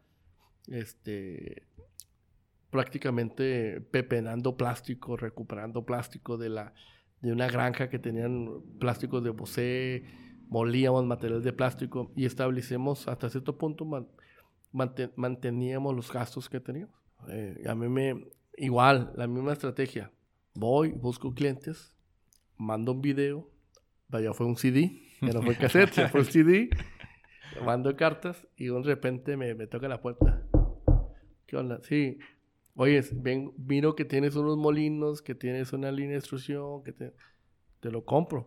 Prácticamente pepenando plástico, recuperando plástico de una granja que tenían plásticos de bocé, molíamos material de plástico y establecemos hasta cierto punto, manteníamos los gastos que teníamos. A mí igual, la misma estrategia. Voy, busco clientes, mando un video, vaya, fue un CD, ya no fue cassette, ya fue un CD, mando cartas y de repente me toca la puerta. ¿Qué onda? Sí. Oye, miro que tienes unos molinos, que tienes una línea de extrusión, que te lo compro.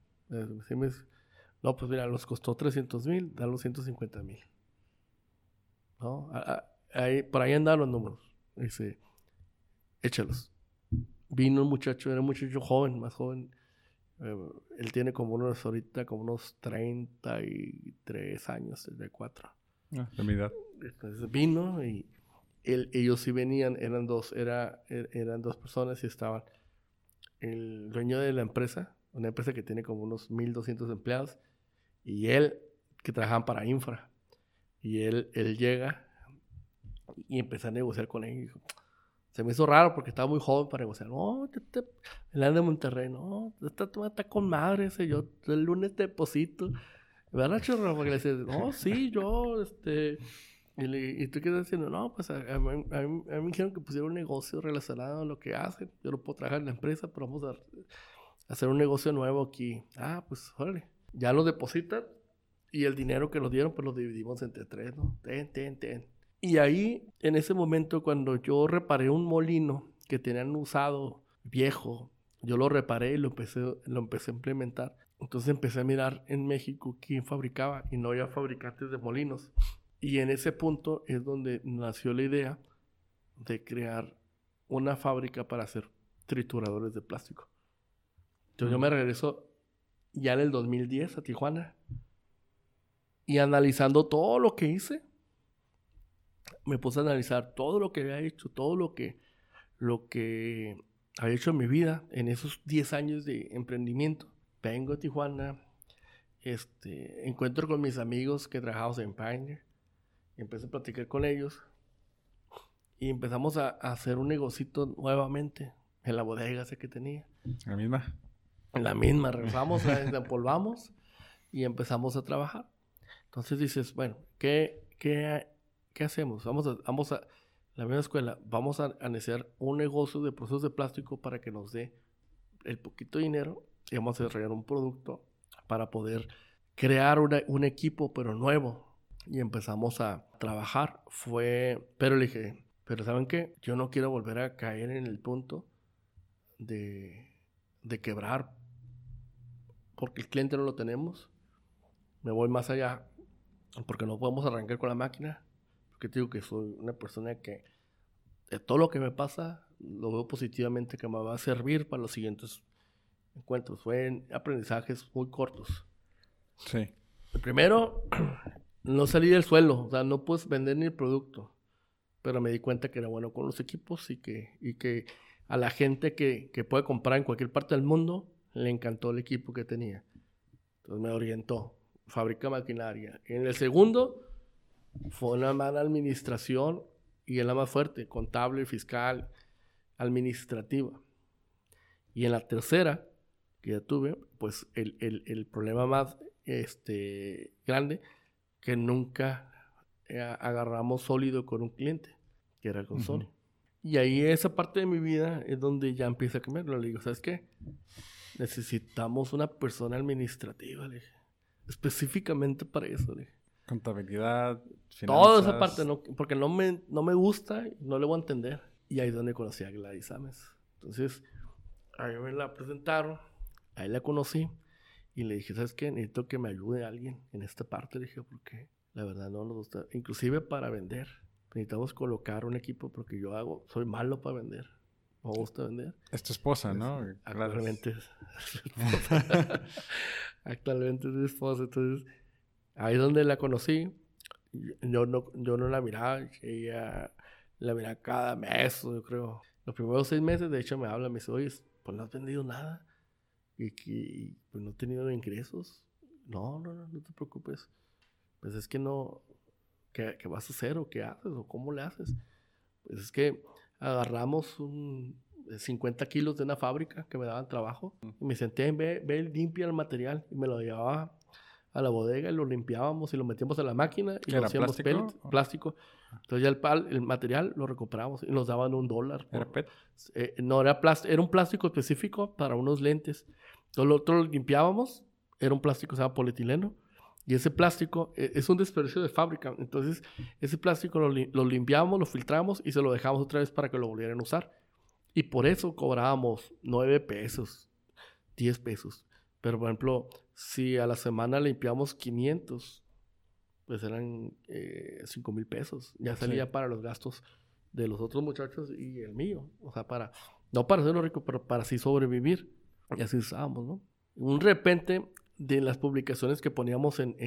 No, pues mira, nos costó 300,000, dan los 150,000. ¿No? Por ahí andan los números. Dice, échalos. Vino un muchacho, era un muchacho joven, más joven. Él tiene ahorita como unos 33 años, 34. De mi edad. Entonces vino y ellos sí venían, eran dos personas y estaban el dueño de la empresa, una empresa que tiene como unos 1,200 empleados, y él, que trabajaban para Infra. Y él llega y empecé a negociar con él. Se me hizo raro porque estaba muy joven para negociar. No, él de Monterrey. No, está con madre ese. Yo el lunes te deposito. ¿Verdad, chorro? Porque le decía, no, sí, yo, ¿Y tú qué estás diciendo? No, pues a mí me dijeron que pusiera un negocio relacionado a lo que hacen. Yo no puedo trabajar en la empresa, pero vamos a hacer un negocio nuevo aquí. Ah, pues, órale. Ya lo depositan y el dinero que nos dieron, pues lo dividimos entre 3, ¿no? Ten. Y ahí, en ese momento, cuando yo reparé un molino que tenían usado, viejo, yo lo reparé y lo empecé a implementar. Entonces empecé a mirar en México quién fabricaba y no había fabricantes de molinos. Y en ese punto es donde nació la idea de crear una fábrica para hacer trituradores de plástico. Entonces yo me regreso ya en el 2010 a Tijuana y analizando todo lo que hice, me puse a analizar todo lo que había hecho, todo lo que había hecho en mi vida en esos 10 años de emprendimiento. Vengo a Tijuana, encuentro con mis amigos que trabajamos en Pioneer. Empecé a platicar con ellos y empezamos a hacer un negocito nuevamente en la bodega esa que tenía. ¿La misma? En la misma, regresamos, la empolvamos y empezamos a trabajar. Entonces dices, bueno, ¿qué hacemos? Vamos a la misma escuela, vamos a iniciar un negocio de procesos de plástico para que nos dé el poquito dinero y vamos a desarrollar un producto para poder crear un equipo, pero nuevo. Y empezamos a trabajar. Pero le dije, pero ¿saben qué? Yo no quiero volver a caer en el punto de quebrar porque el cliente no lo tenemos. Me voy más allá porque no podemos arrancar con la máquina. Porque te digo que soy una persona que de todo lo que me pasa lo veo positivamente, que me va a servir para los siguientes encuentros. Fueron aprendizajes muy cortos. Sí. El primero, no salí del suelo, o sea, no puedes vender ni el producto, pero me di cuenta que era bueno con los equipos y que a la gente que puede comprar en cualquier parte del mundo, le encantó el equipo que tenía. Entonces me orientó, fábrica maquinaria. En el segundo fue una mala administración y es la más fuerte, contable, fiscal, administrativa. Y en la tercera, que ya tuve, pues el problema más grande, que nunca agarramos sólido con un cliente, que era con Sony. Y ahí esa parte de mi vida es donde ya empieza a cambiar. Le digo, ¿sabes qué? Necesitamos una persona administrativa, le dije. Específicamente para eso, le dije. Contabilidad, finanzas. Toda esa parte, no, porque no me gusta, no le voy a entender. Y ahí es donde conocí a Gladys Ames. Entonces, ahí me la presentaron, ahí la conocí. Y le dije, ¿sabes qué? Necesito que me ayude alguien en esta parte. Le dije, porque la verdad no nos gusta. Inclusive para vender. Necesitamos colocar un equipo porque soy malo para vender. No me gusta vender. Es tu esposa, ¿no? Actualmente es su esposa. Actualmente es mi esposa. Entonces, ahí es donde la conocí. Yo no la miraba. Ella la miraba cada mes, yo creo. Los primeros 6 meses, de hecho, me habla. Me dice, oye, pues no has vendido nada. Y pues no he tenido ingresos. No te preocupes. Pues es que no... ¿Qué vas a hacer o qué haces o cómo le haces? Pues es que agarramos 50 kilos de una fábrica que me daban trabajo y me senté en ve limpia el material y me lo llevaba a la bodega y lo limpiábamos y lo metíamos a la máquina y lo hacíamos plástico. Entonces ya el material lo recuperamos y nos daban $1. ¿Era PET? No, era un plástico específico para unos lentes. Entonces lo limpiábamos, era un plástico, se llama polietileno. Y ese plástico es un desperdicio de fábrica. Entonces, ese plástico lo limpiamos, lo filtramos y se lo dejamos otra vez para que lo volvieran a usar. Y por eso cobrábamos 9 pesos, 10 pesos. Pero, por ejemplo, si a la semana limpiamos 500, pues eran 5,000 pesos. Ya salía para los gastos de los otros muchachos y el mío. O sea, no para hacerlo rico, pero para así sobrevivir. Y así usábamos, ¿no? De repente... de las publicaciones que poníamos no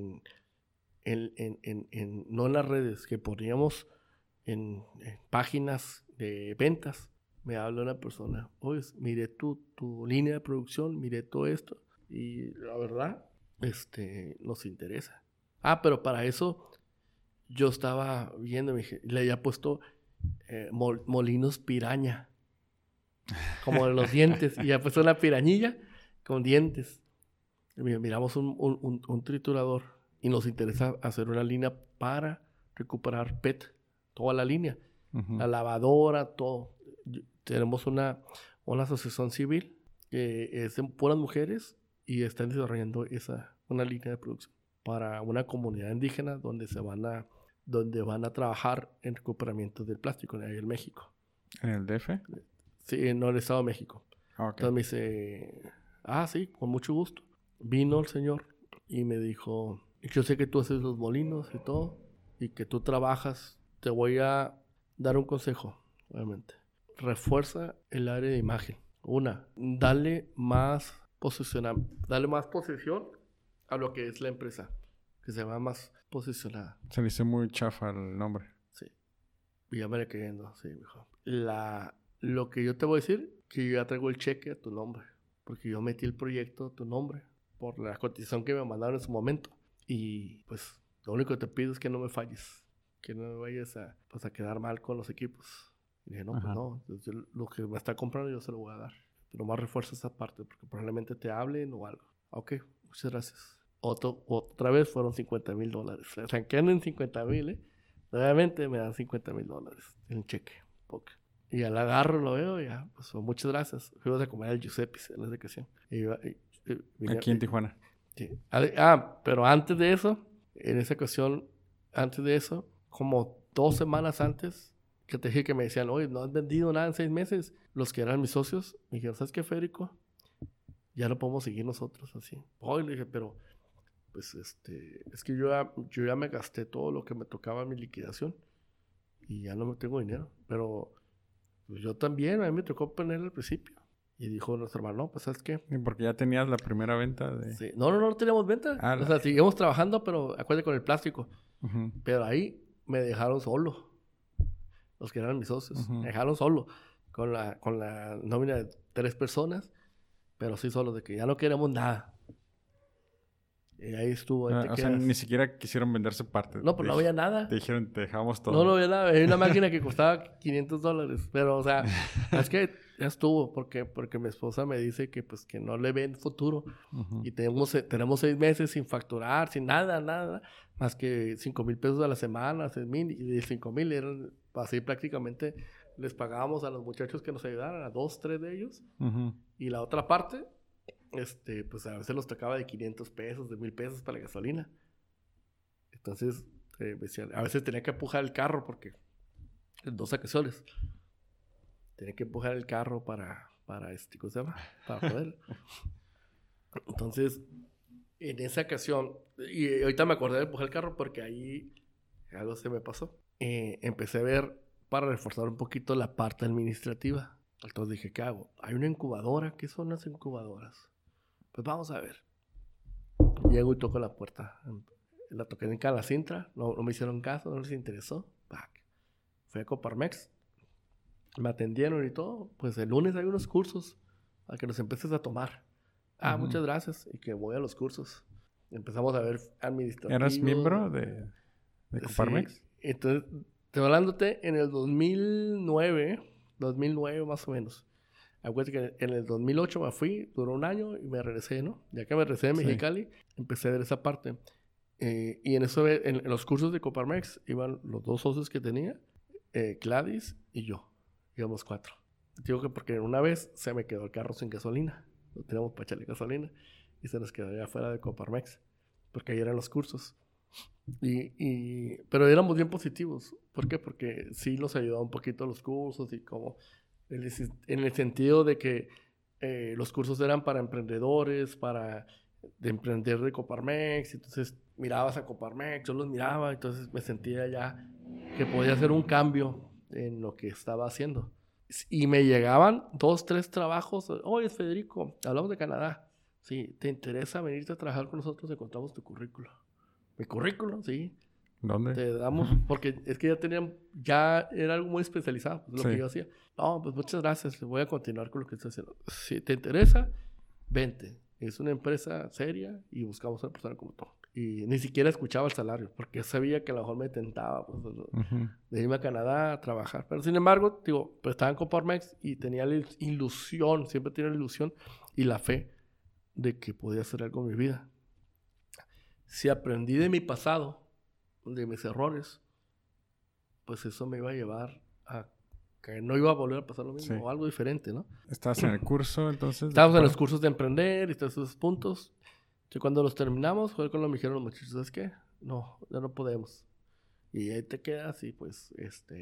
en las redes, que poníamos en páginas de ventas, me habla una persona, oye, miré tu línea de producción, miré todo esto, y la verdad, nos interesa. Pero para eso, yo estaba viendo, le había puesto molinos piraña, como de los dientes, y ya puesto una pirañilla con dientes. Miramos un triturador y nos interesa hacer una línea para recuperar PET, toda la línea, la lavadora, todo. Tenemos una asociación civil que es de puras mujeres y están desarrollando una línea de producción para una comunidad indígena donde van a trabajar en recuperamiento del plástico ahí en México. ¿En el DF? Sí, en el Estado de México. Okay. Entonces me dice, sí, con mucho gusto. Vino el señor y me dijo, yo sé que tú haces los molinos y todo, y que tú trabajas, te voy a dar un consejo, obviamente. Refuerza el área de imagen. Dale más posición a lo que es la empresa, que se va más posicionada. Se le hizo muy chafa el nombre. Sí, y ya me le quedé, sí, mejor. Lo que yo te voy a decir, que yo ya traigo el cheque a tu nombre, porque yo metí el proyecto a tu nombre, por la cotización que me mandaron en su momento. Y pues lo único que te pido es que no me falles, que no me vayas a quedar mal con los equipos. Y dije, pues no, entonces lo que me está comprando yo se lo voy a dar. Pero más refuerza esa parte, porque probablemente te hablen o algo. Ok, muchas gracias. Otra vez fueron $50,000. Se arranquean en 50,000, Nuevamente me dan $50,000 en cheque. Okay. Y ya la agarro, lo veo, y ya, pues muchas gracias. Fuimos a comer al Giuseppe's en esa ocasión. Aquí en Tijuana. Sí. Pero antes de eso, en esa ocasión, como 2 semanas antes, que te dije que me decían, oye, no has vendido nada en 6 meses, los que eran mis socios, me dijeron, ¿sabes qué, Federico? Ya no podemos seguir nosotros así. Oye, le dije, pero, pues, es que yo ya me gasté todo lo que me tocaba en mi liquidación y ya no me tengo dinero. Pero pues, yo también, a mí me tocó poner al principio. Y dijo nuestro hermano, pues, ¿sabes qué? Porque ya tenías la primera venta de... Sí. No teníamos venta. O sea, seguimos trabajando, pero acuérdate con el plástico. Pero ahí me dejaron solo. Los que eran mis socios. Me dejaron solo. con la nómina de 3 personas, pero sí solo de que ya no queremos nada. Y ahí estuvo. Ahí O sea, ni siquiera quisieron venderse parte. No, pues no había nada. Te dijeron, te dejamos todo. No había nada. Había una máquina que costaba $500. Pero, o sea, es que ya estuvo. Porque mi esposa me dice que, pues, que no le ven futuro. Uh-huh. Y tenemos 6 meses sin facturar, sin nada. Más que $5,000 a la semana, 6,000. Y de 5,000 eran así prácticamente. Les pagábamos a los muchachos que nos ayudaran, a 2, 3 de ellos. Uh-huh. Y la otra parte... pues a veces los tocaba de $500, de $1,000 para la gasolina. Entonces, a veces tenía que empujar el carro porque en 2 ocasiones tenía que empujar el carro para ¿cómo se llama? Para poder. Entonces, en esa ocasión, y ahorita me acordé de empujar el carro porque ahí algo se me pasó. Empecé a ver para reforzar un poquito la parte administrativa. Entonces dije, ¿qué hago? Hay una incubadora. ¿Qué son las incubadoras? Pues vamos a ver. Llego y toco la puerta. La toqué en Calacintra. No me hicieron caso, no les interesó. Fui a Coparmex. Me atendieron y todo. Pues el lunes hay unos cursos para que los empieces a tomar. Uh-huh. Muchas gracias. Y que voy a los cursos. Empezamos a ver administrativos. ¿Eras miembro de Coparmex? Sí. Entonces, estoy hablándote en el 2009 más o menos. Acuérdate que en el 2008 me fui, duró un año y me regresé, ¿no? Ya que me regresé de Mexicali, empecé a ver esa parte. Y en eso, en los cursos de Coparmex, iban los 2 socios que tenía, Gladys y yo. Íbamos 4. Digo que porque una vez se me quedó el carro sin gasolina. Lo teníamos para echarle gasolina. Y se nos quedó allá afuera de Coparmex. Porque ahí eran los cursos. Pero éramos bien positivos. ¿Por qué? Porque sí nos ayudaba un poquito los cursos y como... En el sentido de que los cursos eran para emprendedores, de emprender de Coparmex. Entonces mirabas a Coparmex, yo los miraba, entonces me sentía ya que podía hacer un cambio en lo que estaba haciendo. Y me llegaban 2, 3 trabajos. Oye, Federico, hablamos de Canadá. Sí, ¿te interesa venirte a trabajar con nosotros? Encontramos tu currículo. ¿Mi currículo? Sí. ¿Dónde? Te damos, porque es que ya era algo muy especializado, pues, lo que yo hacía. No, pues muchas gracias, voy a continuar con lo que estoy haciendo. Si te interesa, vente. Es una empresa seria y buscamos a una persona como tú. Y ni siquiera escuchaba el salario, porque sabía que a lo mejor me tentaba pues, de irme a Canadá a trabajar. Pero sin embargo, pues estaba en Coparmex y tenía la ilusión, siempre tenía la ilusión y la fe de que podía hacer algo en mi vida. Si aprendí de mi pasado, de mis errores, pues eso me iba a llevar a que no iba a volver a pasar lo mismo, o algo diferente, ¿no? ¿Estabas en el curso entonces? Estábamos en los cursos de emprender y todos esos puntos. Y cuando los terminamos, fue cuando me dijeron los muchachos, ¿sabes qué? No, ya no podemos. Y ahí te quedas y pues,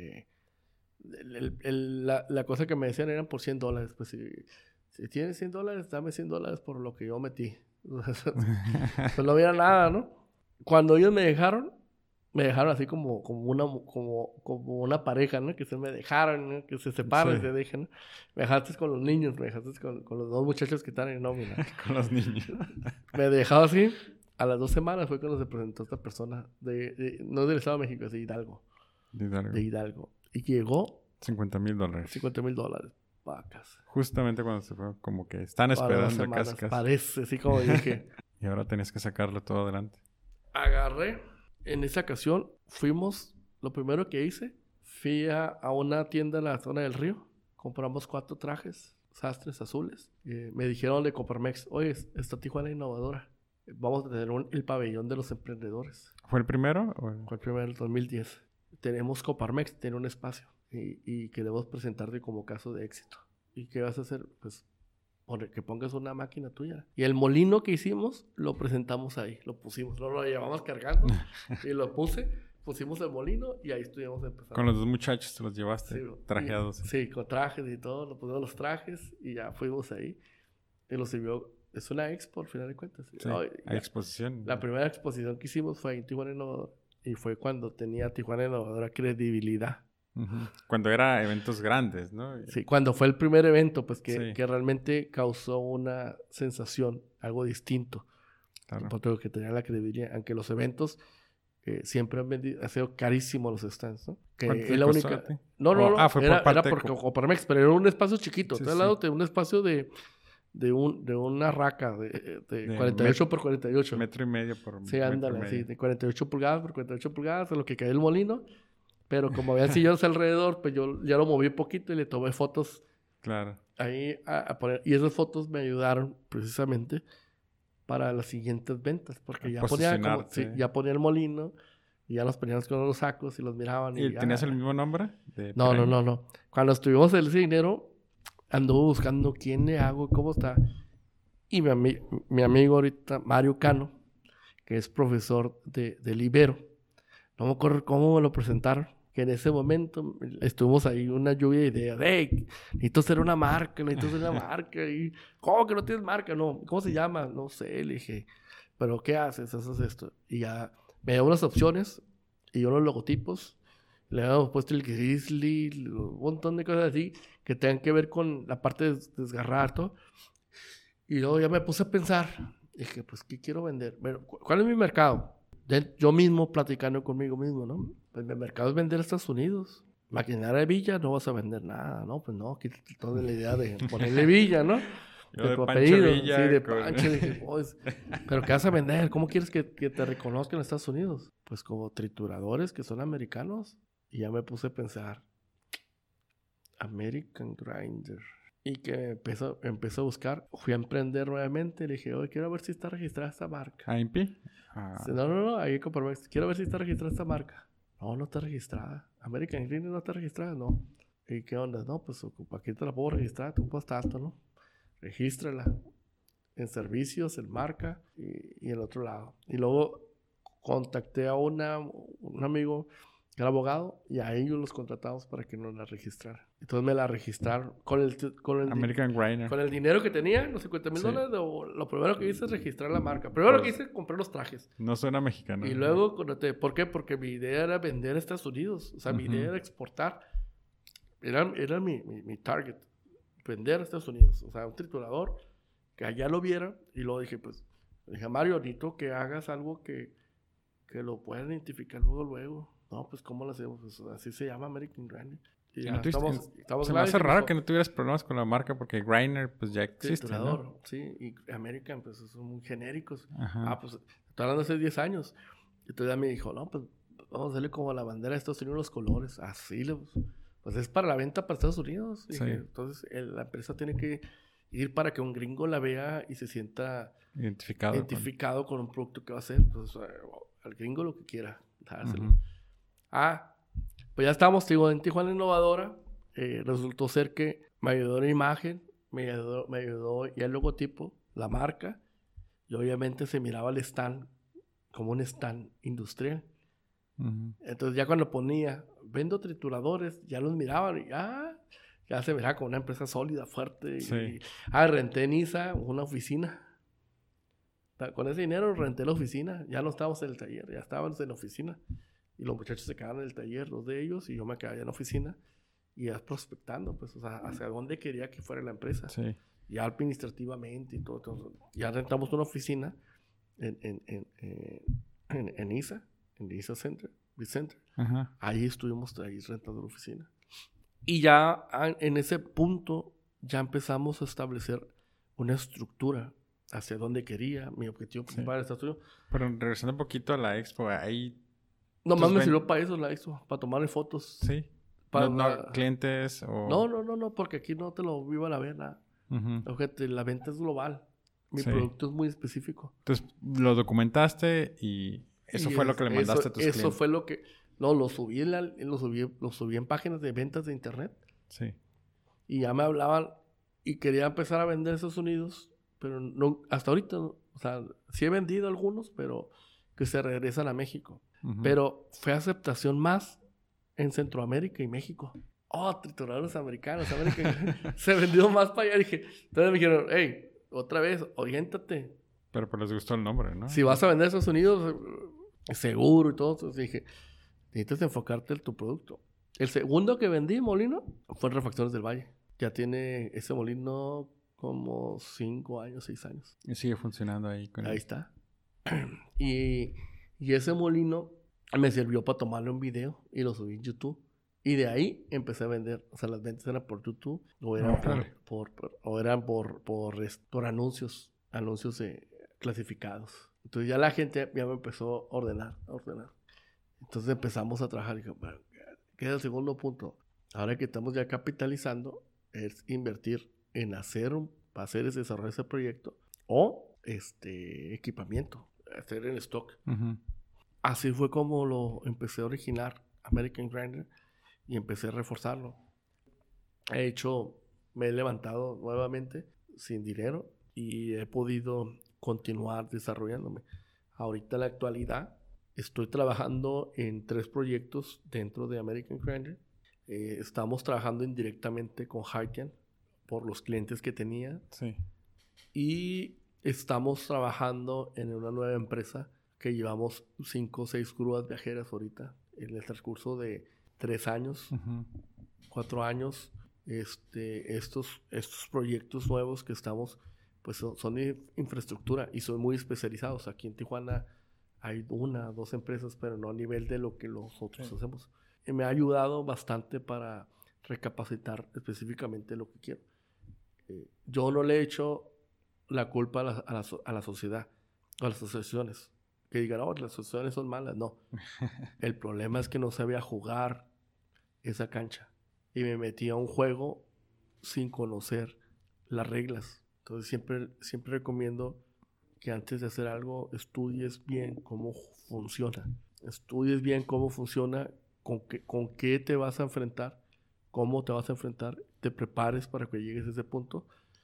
la cosa que me decían eran por $100. Pues si tienes $100, dame $100 por lo que yo metí. Pues no había nada, ¿no? Cuando ellos me dejaron así como una pareja, ¿no? Que se me dejaron, ¿no? Que se separan y se dejan, ¿no? Me dejaste con los niños, me dejaste con los 2 muchachos que están en nómina. Con los niños. Me dejaba así. A las 2 semanas fue cuando se presentó esta persona no del Estado de México, es de Hidalgo. De Hidalgo. Y llegó... $50,000. $50,000. Vacas. Justamente cuando se fue, como que están esperando casi. Parece, así como dije. Y ahora tenías que sacarlo todo adelante. Agarré. En esa ocasión lo primero que hice, fui a una tienda en la zona del río, compramos 4 trajes, sastres azules. Me dijeron de Coparmex, oye, está Tijuana Innovadora, vamos a tener el pabellón de los emprendedores. ¿Fue el primero? Fue el primero, el 2010. Tenemos Coparmex, tiene un espacio y queremos presentarte como caso de éxito. ¿Y qué vas a hacer? Pues que pongas una máquina tuya. Y el molino que hicimos, lo presentamos ahí. Lo pusimos. Lo llevamos cargando. Y lo pusimos el molino y ahí estuvimos empezando. Con los 2 muchachos te los llevaste trajeados. Sí, con trajes y todo. Lo pusimos los trajes y ya fuimos ahí. Y lo sirvió. Es una expo, al final de cuentas. Sí, hay exposición. La primera exposición que hicimos fue en Tijuana Innovadora. Y fue cuando tenía Tijuana Innovadora credibilidad. Uh-huh. Cuando era eventos grandes, ¿no? Sí, cuando fue el primer evento, pues que realmente causó una sensación, algo distinto. Claro. Porque tenía la credibilidad, aunque los eventos siempre han vendido, ha sido carísimo los stands, ¿no? Que ¿Cuánto es te la costó única. a ti? No, fue era, por parte era porque o Parmex, pero era un espacio chiquito. Sí, Estoy sí. hablando de un espacio de una raca de 48 por 48. Metro y medio por Sí, metro ándale, y sí, medio. de 48 pulgadas por 48 pulgadas, en lo que cae el molino. Pero como había sillones alrededor, pues yo ya lo moví un poquito y le tomé fotos Claro. ahí a poner. Y esas fotos me ayudaron precisamente para las siguientes ventas, porque ya Posicionarte. ya ponía el molino y ya nos poníamos con los sacos y los miraban. ¿Y tenías el mismo nombre? No. Cuando estuvimos en ese dinero, anduve buscando quién le hago, cómo está. Y mi amigo ahorita, Mario Cano, que es profesor del Ibero, no me acuerdo cómo me lo presentaron, que en ese momento estuvimos ahí una lluvia de ideas. Hey, necesito hacer una marca. Y, ¿cómo que no tienes marca? No, ¿cómo se llama? No sé, le dije, ¿pero qué haces? Haces esto. Y ya me dio unas opciones y unos logotipos. Le habíamos puesto el Grizzly, un montón de cosas así que tengan que ver con la parte de desgarrar todo. Y luego ya me puse a pensar. Dije, pues, ¿qué quiero vender? Bueno, ¿cuál es mi mercado? Yo mismo platicando conmigo mismo, ¿no? Pues mi mercado es vender a Estados Unidos. Maquinaria de Villa, no vas a vender nada, ¿no? Pues no, quítate toda la idea de ponerle Villa, ¿no? De tu apellido. Villa, sí, de Pancho. Dije, pero ¿qué vas a vender? ¿Cómo quieres que te reconozcan en Estados Unidos? Pues como trituradores que son americanos. Y ya me puse a pensar, American Grinder. Y que empezó a buscar. Fui a emprender nuevamente. Le dije, oye, quiero ver si está registrada esta marca. ¿AMP? No. Ahí comprobé. Quiero ver si está registrada esta marca. No está registrada. American Grinder no está registrada, no. ¿Y qué onda? No, pues aquí te la puedo registrar. Tú ocupas tanto, ¿no? Regístrala. En servicios, en marca y el otro lado. Y luego contacté a un amigo que era abogado y a ellos los contratamos para que nos la registraran. Entonces me la registraron con el American Grinder. Con el dinero que tenía, los $50,000, lo primero que hice es registrar la marca. Primero que hice, compré los trajes. No suena mexicano. Y luego, ¿por qué? Porque mi idea era vender a Estados Unidos. O sea, mi idea era exportar. Era mi target. Vender a Estados Unidos. O sea, un triturador que allá lo viera. Y luego dije, pues, Mario, necesito que hagas algo que lo puedan identificar luego. No, pues, ¿cómo lo hacemos? Pues, así se llama American Grinder. Y ya estamos se me hace raro que no tuvieras problemas con la marca porque Grinder, pues, ya existe, triturador, ¿no? Sí, y American, pues, son muy genéricos. Ajá. Pues, estoy hablando hace 10 años. Entonces ya me dijo, no, pues, vamos a hacerle como a la bandera de Estados Unidos los colores. Así, pues, es para la venta para Estados Unidos. Sí. Dije, entonces, la empresa tiene que ir para que un gringo la vea y se sienta identificado con un producto que va a hacer. Pues, al gringo lo que quiera dárselo. Pues ya estábamos, digo, en Tijuana Innovadora. Resultó ser que me ayudó la imagen, me ayudó ya el logotipo, la marca. Y obviamente se miraba el stand como un stand industrial. Entonces ya cuando ponía, vendo trituradores, ya los miraban y ya se miraba como una empresa sólida, fuerte. Sí. Renté en ISA una oficina. Con ese dinero renté la oficina. Ya no estábamos en el taller, ya estábamos en la oficina. Y los muchachos se quedaron en el taller, dos de ellos, y yo me quedé en la oficina. Y ya prospectando, pues, o sea, hacia dónde quería que fuera la empresa. Sí. Ya administrativamente y todo. Ya rentamos una oficina en ISA, en ISA Center, Vicenter. Ajá. Ahí estuvimos ahí rentando la oficina. Y ya en ese punto ya empezamos a establecer una estructura hacia dónde quería, mi objetivo principal era Estados Unidos. Pero regresando un poquito a la expo, ahí... Nomás me sirvió para eso la expo, para tomarle fotos. Sí. ¿Clientes o...? No, porque aquí no te lo iban a ver nada. Ojete, la venta es global. Mi Sí. producto es muy específico. Entonces, lo documentaste y eso fue lo que le mandaste a tus clientes. Eso fue lo que... No, lo subí en páginas de ventas de internet. Sí. Y ya me hablaban y quería empezar a vender en Estados Unidos, pero no, hasta ahorita, ¿no? O sea, sí he vendido algunos, pero que se regresan a México. Pero fue aceptación más en Centroamérica y México. Trituradores americanos, se vendió más para allá. Dije, entonces me dijeron, hey, otra vez, oriéntate. Pero pues les gustó el nombre, ¿no? Si vas a vender a Estados Unidos, seguro y todo. Entonces dije, necesitas enfocarte en tu producto. El segundo que vendí, molino, fue en Refacciones del Valle. Ya tiene ese molino como 5 años, 6 años. Y sigue funcionando ahí. Ahí está. Y ese molino Me sirvió para tomarle un video y lo subí en YouTube. Y de ahí empecé a vender. O sea, las ventas eran por YouTube o eran por anuncios clasificados. Entonces ya la gente ya me empezó a ordenar. Entonces empezamos a trabajar. Y dije, bueno, ¿qué es el segundo punto? Ahora que estamos ya capitalizando, es invertir en hacer ese desarrollo, ese proyecto o equipamiento, hacer en stock. Uh-huh. Así fue como lo empecé a originar American Grinder y empecé a reforzarlo. Me he levantado nuevamente sin dinero y he podido continuar desarrollándome. Ahorita en la actualidad estoy trabajando en 3 proyectos dentro de American Grinder. Estamos trabajando indirectamente con Hytian por los clientes que tenía. Sí. Y estamos trabajando en una nueva empresa que llevamos 5 o 6 grúas viajeras ahorita en el transcurso de 3 años, uh-huh. 4 años. Estos proyectos nuevos que estamos, pues son infraestructura y son muy especializados. Aquí en Tijuana hay 1 o 2 empresas, pero no a nivel de lo que nosotros hacemos. Y me ha ayudado bastante para recapacitar específicamente lo que quiero. Yo no le he hecho la culpa a la sociedad, a las asociaciones. Que digan, oh, las asociaciones son malas. No. El problema es que no sabía jugar esa cancha. Y me metí a un juego sin conocer las reglas. Entonces siempre recomiendo que antes de hacer algo estudies bien cómo funciona. Estudies bien cómo funciona, con qué te vas a enfrentar, cómo te vas a enfrentar, te prepares para que llegues a ese punto.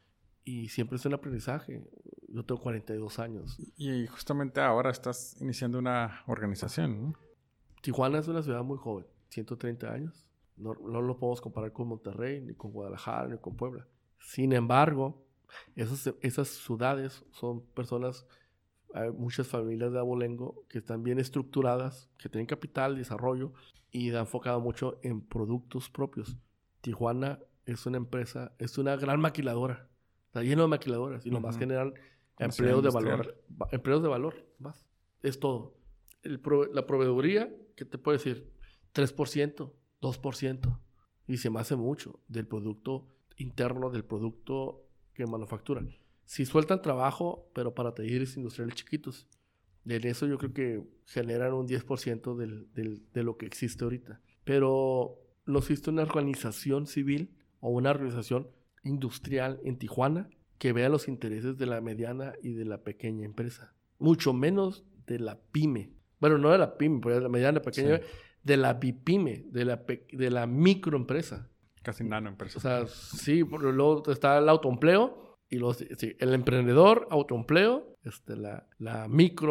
Y siempre es un aprendizaje. Yo tengo 42 años. Y justamente ahora estás iniciando una organización, ¿no? Tijuana es una ciudad muy joven, 130 años. No lo podemos comparar con Monterrey, ni con Guadalajara, ni con Puebla. Sin embargo, esas ciudades son personas, hay muchas familias de abolengo que están bien estructuradas, que tienen capital, desarrollo y han enfocado mucho en productos propios. Tijuana es una empresa, es una gran maquiladora. Está lleno de maquiladoras y lo más generan empleos de valor. Empleos de valor, más. Es todo. La proveeduría, ¿qué te puedo decir? 3%, 2%. Y se me hace mucho del producto interno, del producto que manufacturan. Si sueltan trabajo, pero para talleres industriales chiquitos. En eso yo creo que generan un 10% de lo que existe ahorita. Pero no existe una organización civil o una organización industrial en Tijuana que vea los intereses de la mediana y de la pequeña empresa. Mucho menos de la pyme. Bueno, no de la pyme, pero de la mediana, pequeña, sí. De la bipyme, de la microempresa. Casi nanoempresa. O sea, sí, luego está el autoempleo y sí, el emprendedor, autoempleo, la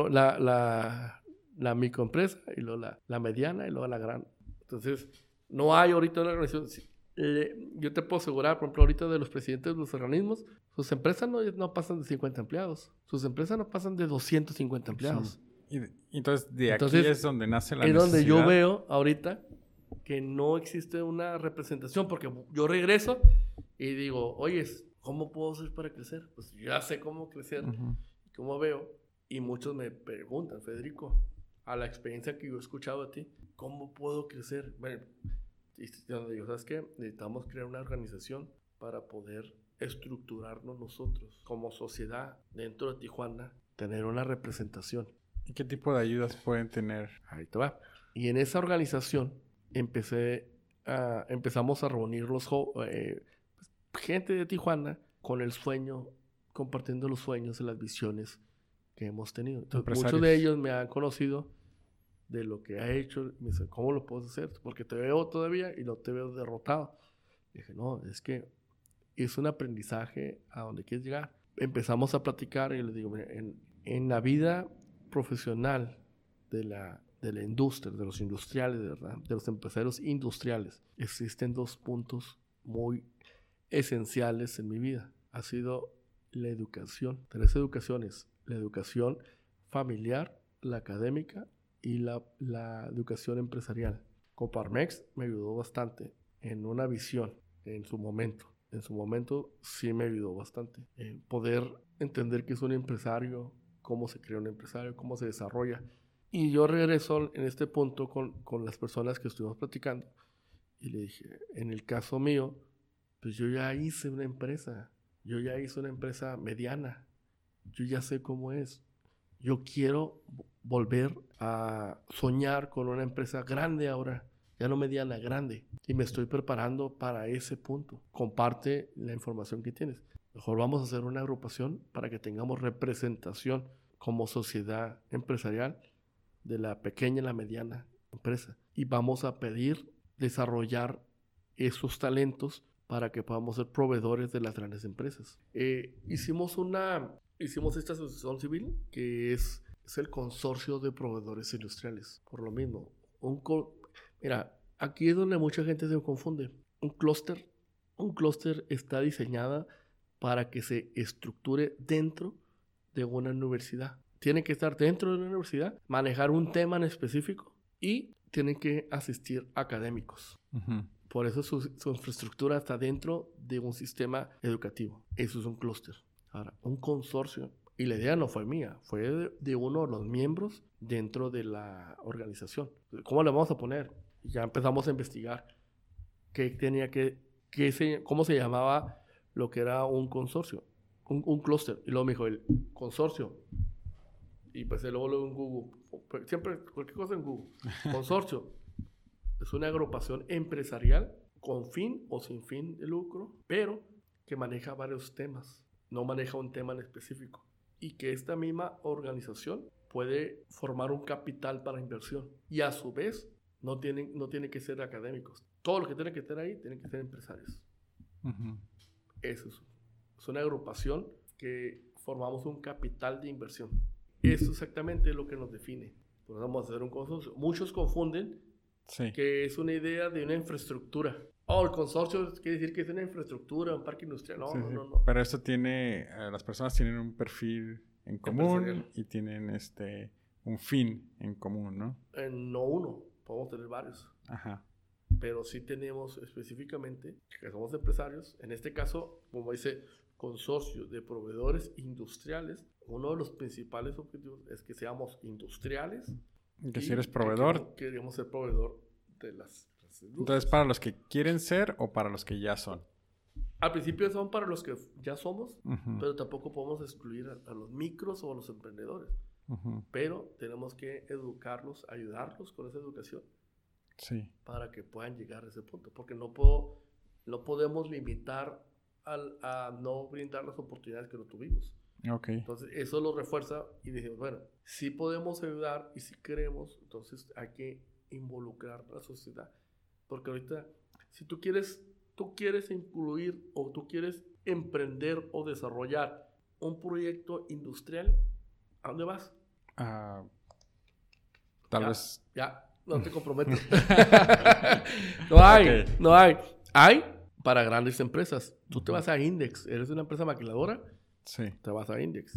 microempresa y luego la mediana y luego la gran. Entonces, no hay ahorita una organización. Yo te puedo asegurar, por ejemplo, ahorita de los presidentes de los organismos, sus empresas no pasan de 50 empleados. Sus empresas no pasan de 250 empleados. Sí. Y entonces, aquí es donde nace la necesidad. Es donde yo veo ahorita que no existe una representación, porque yo regreso y digo, oye, ¿cómo puedo hacer para crecer? Pues ya sé cómo crecer, cómo veo. Y muchos me preguntan, Federico, a la experiencia que yo he escuchado de ti, ¿cómo puedo crecer? Bueno, y donde digo, ¿sabes qué? Necesitamos crear una organización para poder estructurarnos nosotros como sociedad dentro de Tijuana, tener una representación. ¿Y qué tipo de ayudas pueden tener? Ahí te va. Y en esa organización empezamos a reunir gente de Tijuana con el sueño, compartiendo los sueños y las visiones que hemos tenido. Entonces, muchos de ellos me han conocido de lo que ha hecho. Me dicen, ¿cómo lo puedes hacer? Porque te veo todavía y no te veo derrotado. Y dije, no, es que es un aprendizaje a donde quieres llegar. Empezamos a platicar y les digo, en la vida profesional de la industria, de los industriales, ¿verdad? De los empresarios industriales, existen 2 puntos muy esenciales en mi vida. Ha sido la educación. 3 educaciones. La educación familiar, la académica y la educación empresarial. Coparmex me ayudó bastante en una visión en su momento. En su momento sí me ayudó bastante. Poder entender qué es un empresario, cómo se crea un empresario, cómo se desarrolla, Y yo regreso en este punto con las personas que estuvimos platicando y le dije, en el caso mío, pues yo ya hice una empresa mediana, yo ya sé cómo es. Yo quiero volver a soñar con una empresa grande ahora, ya no mediana, grande. Y me estoy preparando para ese punto. Comparte la información que tienes. Mejor vamos a hacer una agrupación para que tengamos representación como sociedad empresarial de la pequeña y la mediana empresa. Y vamos a pedir desarrollar esos talentos para que podamos ser proveedores de las grandes empresas. Hicimos esta asociación civil que es el consorcio de proveedores industriales. Por lo mismo, mira, aquí es donde mucha gente se confunde. Un clúster está diseñada para que se estructure dentro de una universidad. Tiene que estar dentro de una universidad, manejar un tema en específico y tienen que asistir académicos. Uh-huh. Por eso su infraestructura está dentro de un sistema educativo. Eso es un clúster. Ahora, un consorcio, y la idea no fue mía, fue de uno de los miembros dentro de la organización. ¿Cómo le vamos a poner? Ya empezamos a investigar cómo se llamaba lo que era un consorcio, un clúster. Y luego me dijo, el consorcio. Y pues luego en Google, siempre cualquier cosa en Google. Consorcio es una agrupación empresarial con fin o sin fin de lucro, pero que maneja varios temas, no maneja un tema en específico. Y que esta misma organización puede formar un capital para inversión. Y a su vez, no tienen que ser académicos. Todos los que tienen que estar ahí tienen que ser empresarios. Uh-huh. Eso es una agrupación que formamos un capital de inversión. Eso es exactamente lo que nos define. Pues vamos a hacer un consorcio. Muchos confunden que es una idea de una infraestructura. El consorcio quiere decir que es una infraestructura, un parque industrial. No. Pero esto las personas tienen un perfil en común y tienen un fin en común, ¿no? No uno, podemos tener varios. Ajá. Pero sí tenemos específicamente que somos empresarios. En este caso, como dice, consorcio de proveedores industriales. Uno de los principales objetivos es que seamos industriales. Que si eres proveedor. Queremos ser proveedor de las industrias. Entonces, ¿para los que quieren ser o para los que ya son? Al principio son para los que ya somos, uh-huh. Pero tampoco podemos excluir a los micros o a los emprendedores. Uh-huh. Pero tenemos que educarlos, ayudarlos con esa educación. Sí. Para que puedan llegar a ese punto. Porque no podemos limitar a no brindar las oportunidades que no tuvimos. Okay. Entonces, eso lo refuerza y decimos, bueno, si podemos ayudar y si queremos, entonces hay que involucrar a la sociedad. Porque ahorita, si tú quieres incluir o tú quieres emprender o desarrollar un proyecto industrial, ¿a dónde vas? Tal vez. Ya, no te comprometo. No hay. Hay para grandes empresas. Tú te vas a Index, eres una empresa maquiladora. Sí. Te vas a Index.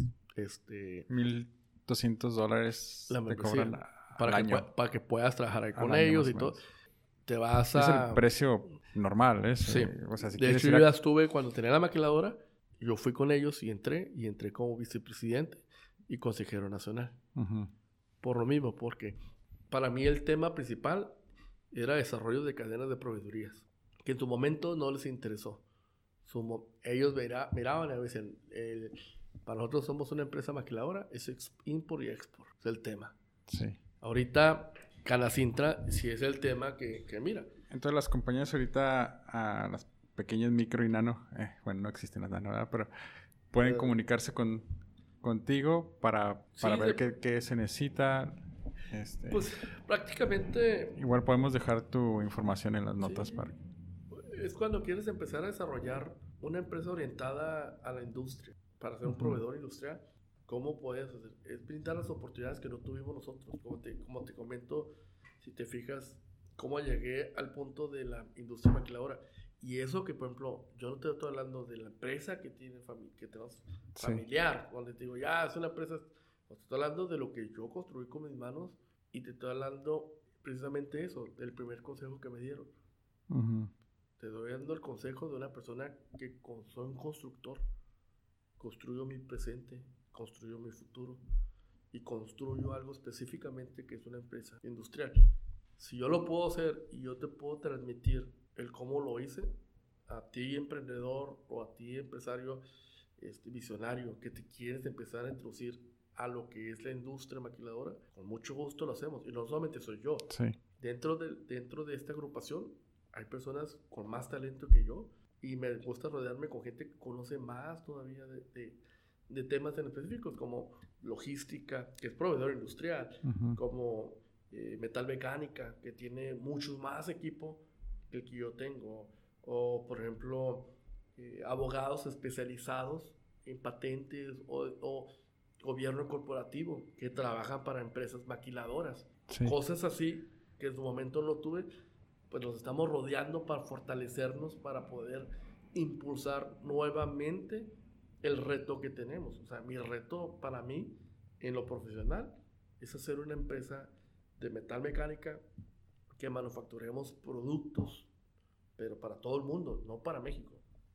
$1,200 te cobran para que puedas trabajar ahí con ellos y todo. Te vas a... Es el precio normal, Sí. O sea, si de hecho, yo ya estuve cuando tenía la maquiladora. Yo fui con ellos y entré como vicepresidente y consejero nacional. Uh-huh. Por lo mismo, porque para mí el tema principal era desarrollo de cadenas de proveedurías, que en su momento no les interesó. Ellos miraban y decían, para nosotros somos una empresa maquiladora, es import y export, es el tema. Sí. Ahorita, Canacintra sí es el tema que mira. Entonces las compañías ahorita, las pequeñas micro y nano, no existen las nano, ¿verdad? Pero pueden comunicarse contigo para ver qué se necesita. Pues prácticamente... Igual podemos dejar tu información en las notas para... Es cuando quieres empezar a desarrollar una empresa orientada a la industria, para ser un proveedor industrial. ¿Cómo puedes hacer? Es brindar las oportunidades que no tuvimos nosotros. Como te comento, si te fijas, cómo llegué al punto de la industria maquiladora. Y eso que, por ejemplo, yo no te estoy hablando de la empresa que tenemos familiar, donde te digo, ya, es una empresa. Te estoy hablando de lo que yo construí con mis manos y te estoy hablando precisamente eso, del primer consejo que me dieron. Uh-huh. Te doy dando el consejo de una persona que soy un constructor. Construyo mi presente, construyo mi futuro. y construyo algo específicamente que es una empresa industrial. Si yo lo puedo hacer y yo te puedo transmitir el cómo lo hice, a ti emprendedor o a ti empresario visionario que te quieres empezar a introducir a lo que es la industria maquiladora, con mucho gusto lo hacemos. Y no solamente soy yo. Sí. Dentro de esta agrupación hay personas con más talento que yo y me gusta rodearme con gente que conoce más todavía de temas en específicos, como logística, que es proveedor industrial, como metalmecánica, que tiene mucho más equipo que el que yo tengo, o por ejemplo abogados especializados en patentes o gobierno corporativo que trabajan para empresas maquiladoras. Sí. Cosas así que en su momento no tuve, pues nos estamos rodeando para fortalecernos, para poder impulsar nuevamente el reto que tenemos. O sea, mi reto para mí en lo profesional es hacer una empresa de metalmecánica que manufacturemos productos, pero para todo el mundo, no para México.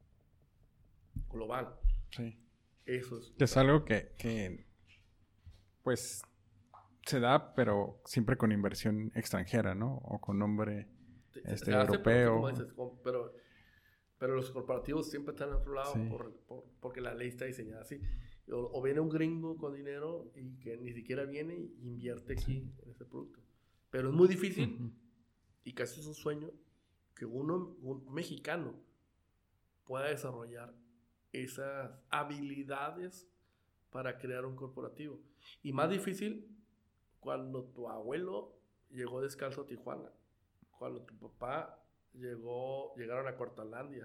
Global. Sí. Eso es. Es algo que pues se da, pero siempre con inversión extranjera, ¿no? O con nombre europeo. Como dices, pero los corporativos siempre están a otro lado, sí, porque la ley está diseñada así. O viene un gringo con dinero y que ni siquiera viene y invierte aquí, sí, en ese producto. Pero es muy difícil y casi es un sueño que un mexicano pueda desarrollar esas habilidades para crear un corporativo. Y más difícil cuando tu abuelo llegó descalzo a Tijuana, cuando tu papá llegaron a Cortalandia,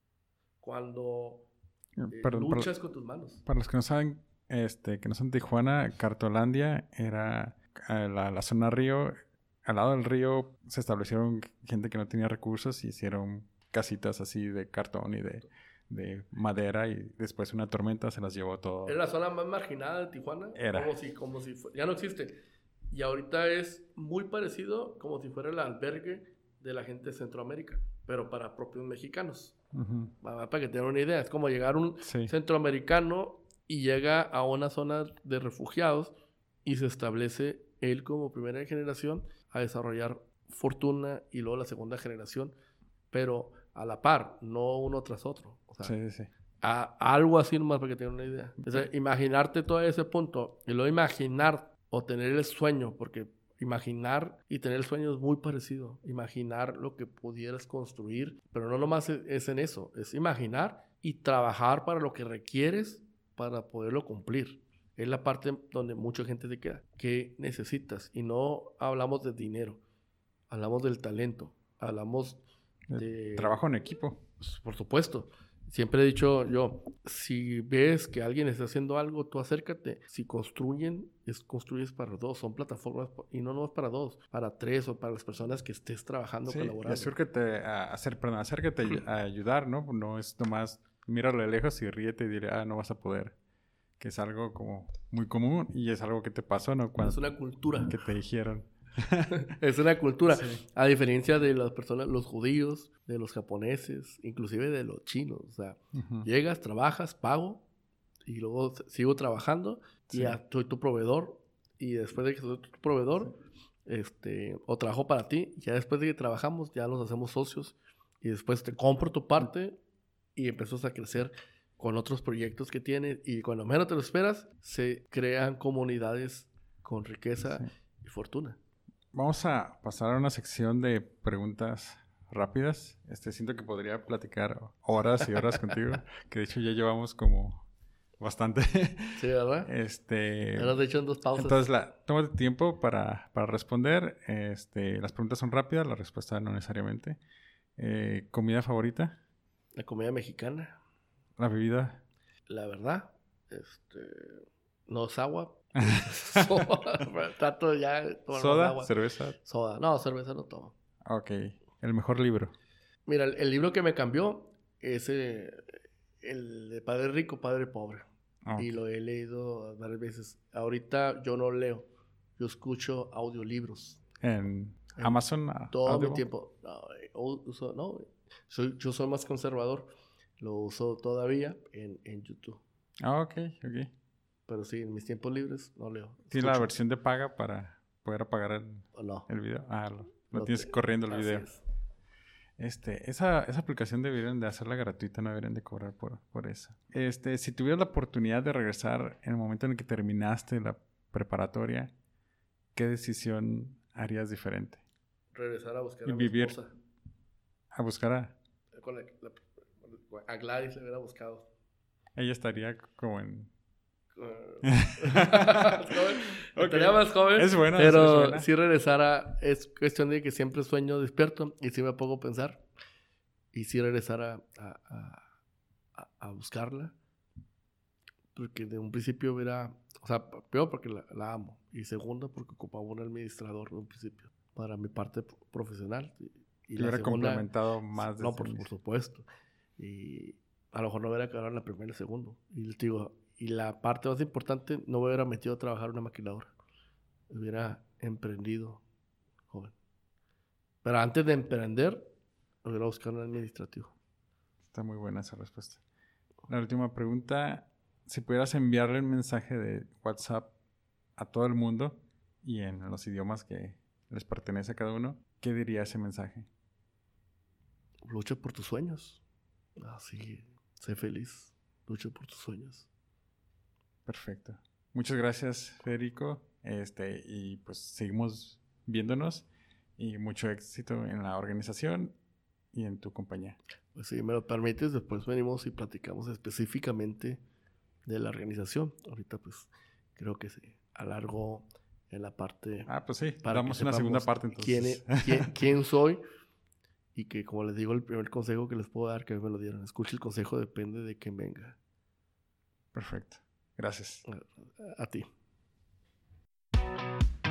cuando luchas con tus manos. Para los que no saben, que no son Tijuana, Cartolandia era la zona río. Al lado del río se establecieron gente que no tenía recursos y hicieron casitas así de cartón y de madera, y después una tormenta se las llevó todo. Era la zona más marginada de Tijuana. Era. Como si ya no existe. Y ahorita es muy parecido, como si fuera el albergue de la gente de Centroamérica, pero para propios mexicanos. Para que tengan una idea, es como llegar un centroamericano y llega a una zona de refugiados y se establece él como primera generación a desarrollar fortuna y luego la segunda generación, pero a la par, no uno tras otro. O sea, sí. Algo así nomás para que tengan una idea. O sea, imaginarte todo ese punto y luego imaginar o tener el sueño, porque imaginar y tener el sueño es muy parecido. Imaginar lo que pudieras construir, pero no nomás es en eso, es imaginar y trabajar para lo que requieres para poderlo cumplir. Es la parte donde mucha gente se queda. ¿Qué necesitas? Y no hablamos de dinero, hablamos del talento, hablamos de trabajo en equipo. Por supuesto. Siempre he dicho yo, si ves que alguien está haciendo algo, tú acércate. Si construyes para dos. Son plataformas y no es para dos, para tres o para las personas que estés trabajando, colaborando. Acércate a ayudar, ¿no? No es nomás míralo de lejos y ríete y dile, no vas a poder. Que es algo como muy común y es algo que te pasó, ¿no? Es una cultura. Que te dijeron. Es una cultura. Sí. A diferencia de las personas, los judíos, de los japoneses, inclusive de los chinos. O sea, llegas, trabajas, pago y luego sigo trabajando y ya soy tu proveedor. Y después de que soy tu proveedor, o trabajo para ti, ya después de que trabajamos, ya nos hacemos socios y después te compro tu parte y empiezas a crecer con otros proyectos que tienes y cuando menos te lo esperas, se crean comunidades con riqueza y fortuna. Vamos a pasar a una sección de preguntas rápidas. Siento que podría platicar horas y horas contigo, que de hecho ya llevamos como bastante. Sí, ¿verdad? Ya nos he hecho en 2 pausas. Entonces, tómate tiempo para responder. Las preguntas son rápidas, la respuesta no necesariamente. ¿Comida favorita? La comida mexicana. ¿La bebida? La verdad, no es agua. Trato ya de tomar ¿Soda? Agua. ¿Cerveza? Soda. No, cerveza no tomo. Ok. ¿El mejor libro? Mira, el libro que me cambió es el de Padre Rico, Padre Pobre. Okay. Y lo he leído varias veces. Ahorita yo no leo. Yo escucho audiolibros. ¿En Amazon? Todo Audible? Mi tiempo. Yo soy más conservador. Lo uso todavía en YouTube. Ok. Pero sí, en mis tiempos libres no leo. ¿Tienes la versión de paga para poder apagar No. el video? Lo No tienes corriendo el así video. es. Esa aplicación deberían de hacerla gratuita, no deberían de cobrar por eso. Si tuvieras la oportunidad de regresar en el momento en el que terminaste la preparatoria, ¿qué decisión harías diferente? Regresar a buscar Y a mi vivir. esposa. ¿A buscar A Gladys le hubiera buscado. Ella estaría como en... Estaría más joven. Es buena, pero es buena. si regresara, es cuestión de que siempre sueño despierto y si me pongo a pensar. Y si regresara a buscarla, porque de un principio hubiera, o sea, primero porque la amo y segundo porque ocupaba un administrador de un principio para mi parte profesional. Y Te hubiera segunda, complementado más. No, por supuesto. Y a lo mejor no hubiera quedado en la primera y el segundo. Y te digo, y la parte más importante, no me hubiera metido a trabajar en una maquiladora. Hubiera emprendido, joven. Pero antes de emprender, hubiera buscado un administrativo. Está muy buena esa respuesta. La última pregunta, si pudieras enviarle un mensaje de WhatsApp a todo el mundo y en los idiomas que les pertenece a cada uno, ¿qué diría ese mensaje? Lucha por tus sueños. Así, sé feliz. Lucha por tus sueños. Perfecto. Muchas gracias, Federico. Y pues seguimos viéndonos y mucho éxito en la organización y en tu compañía. Pues si me lo permites, después venimos y platicamos específicamente de la organización. Ahorita pues creo que se alargó en la parte... Pues sí, para damos una segunda parte entonces. ¿Quién soy? Y que como les digo, el primer consejo que les puedo dar, que me lo dieron, escuche el consejo, depende de quién venga. Perfecto. Gracias. A ti.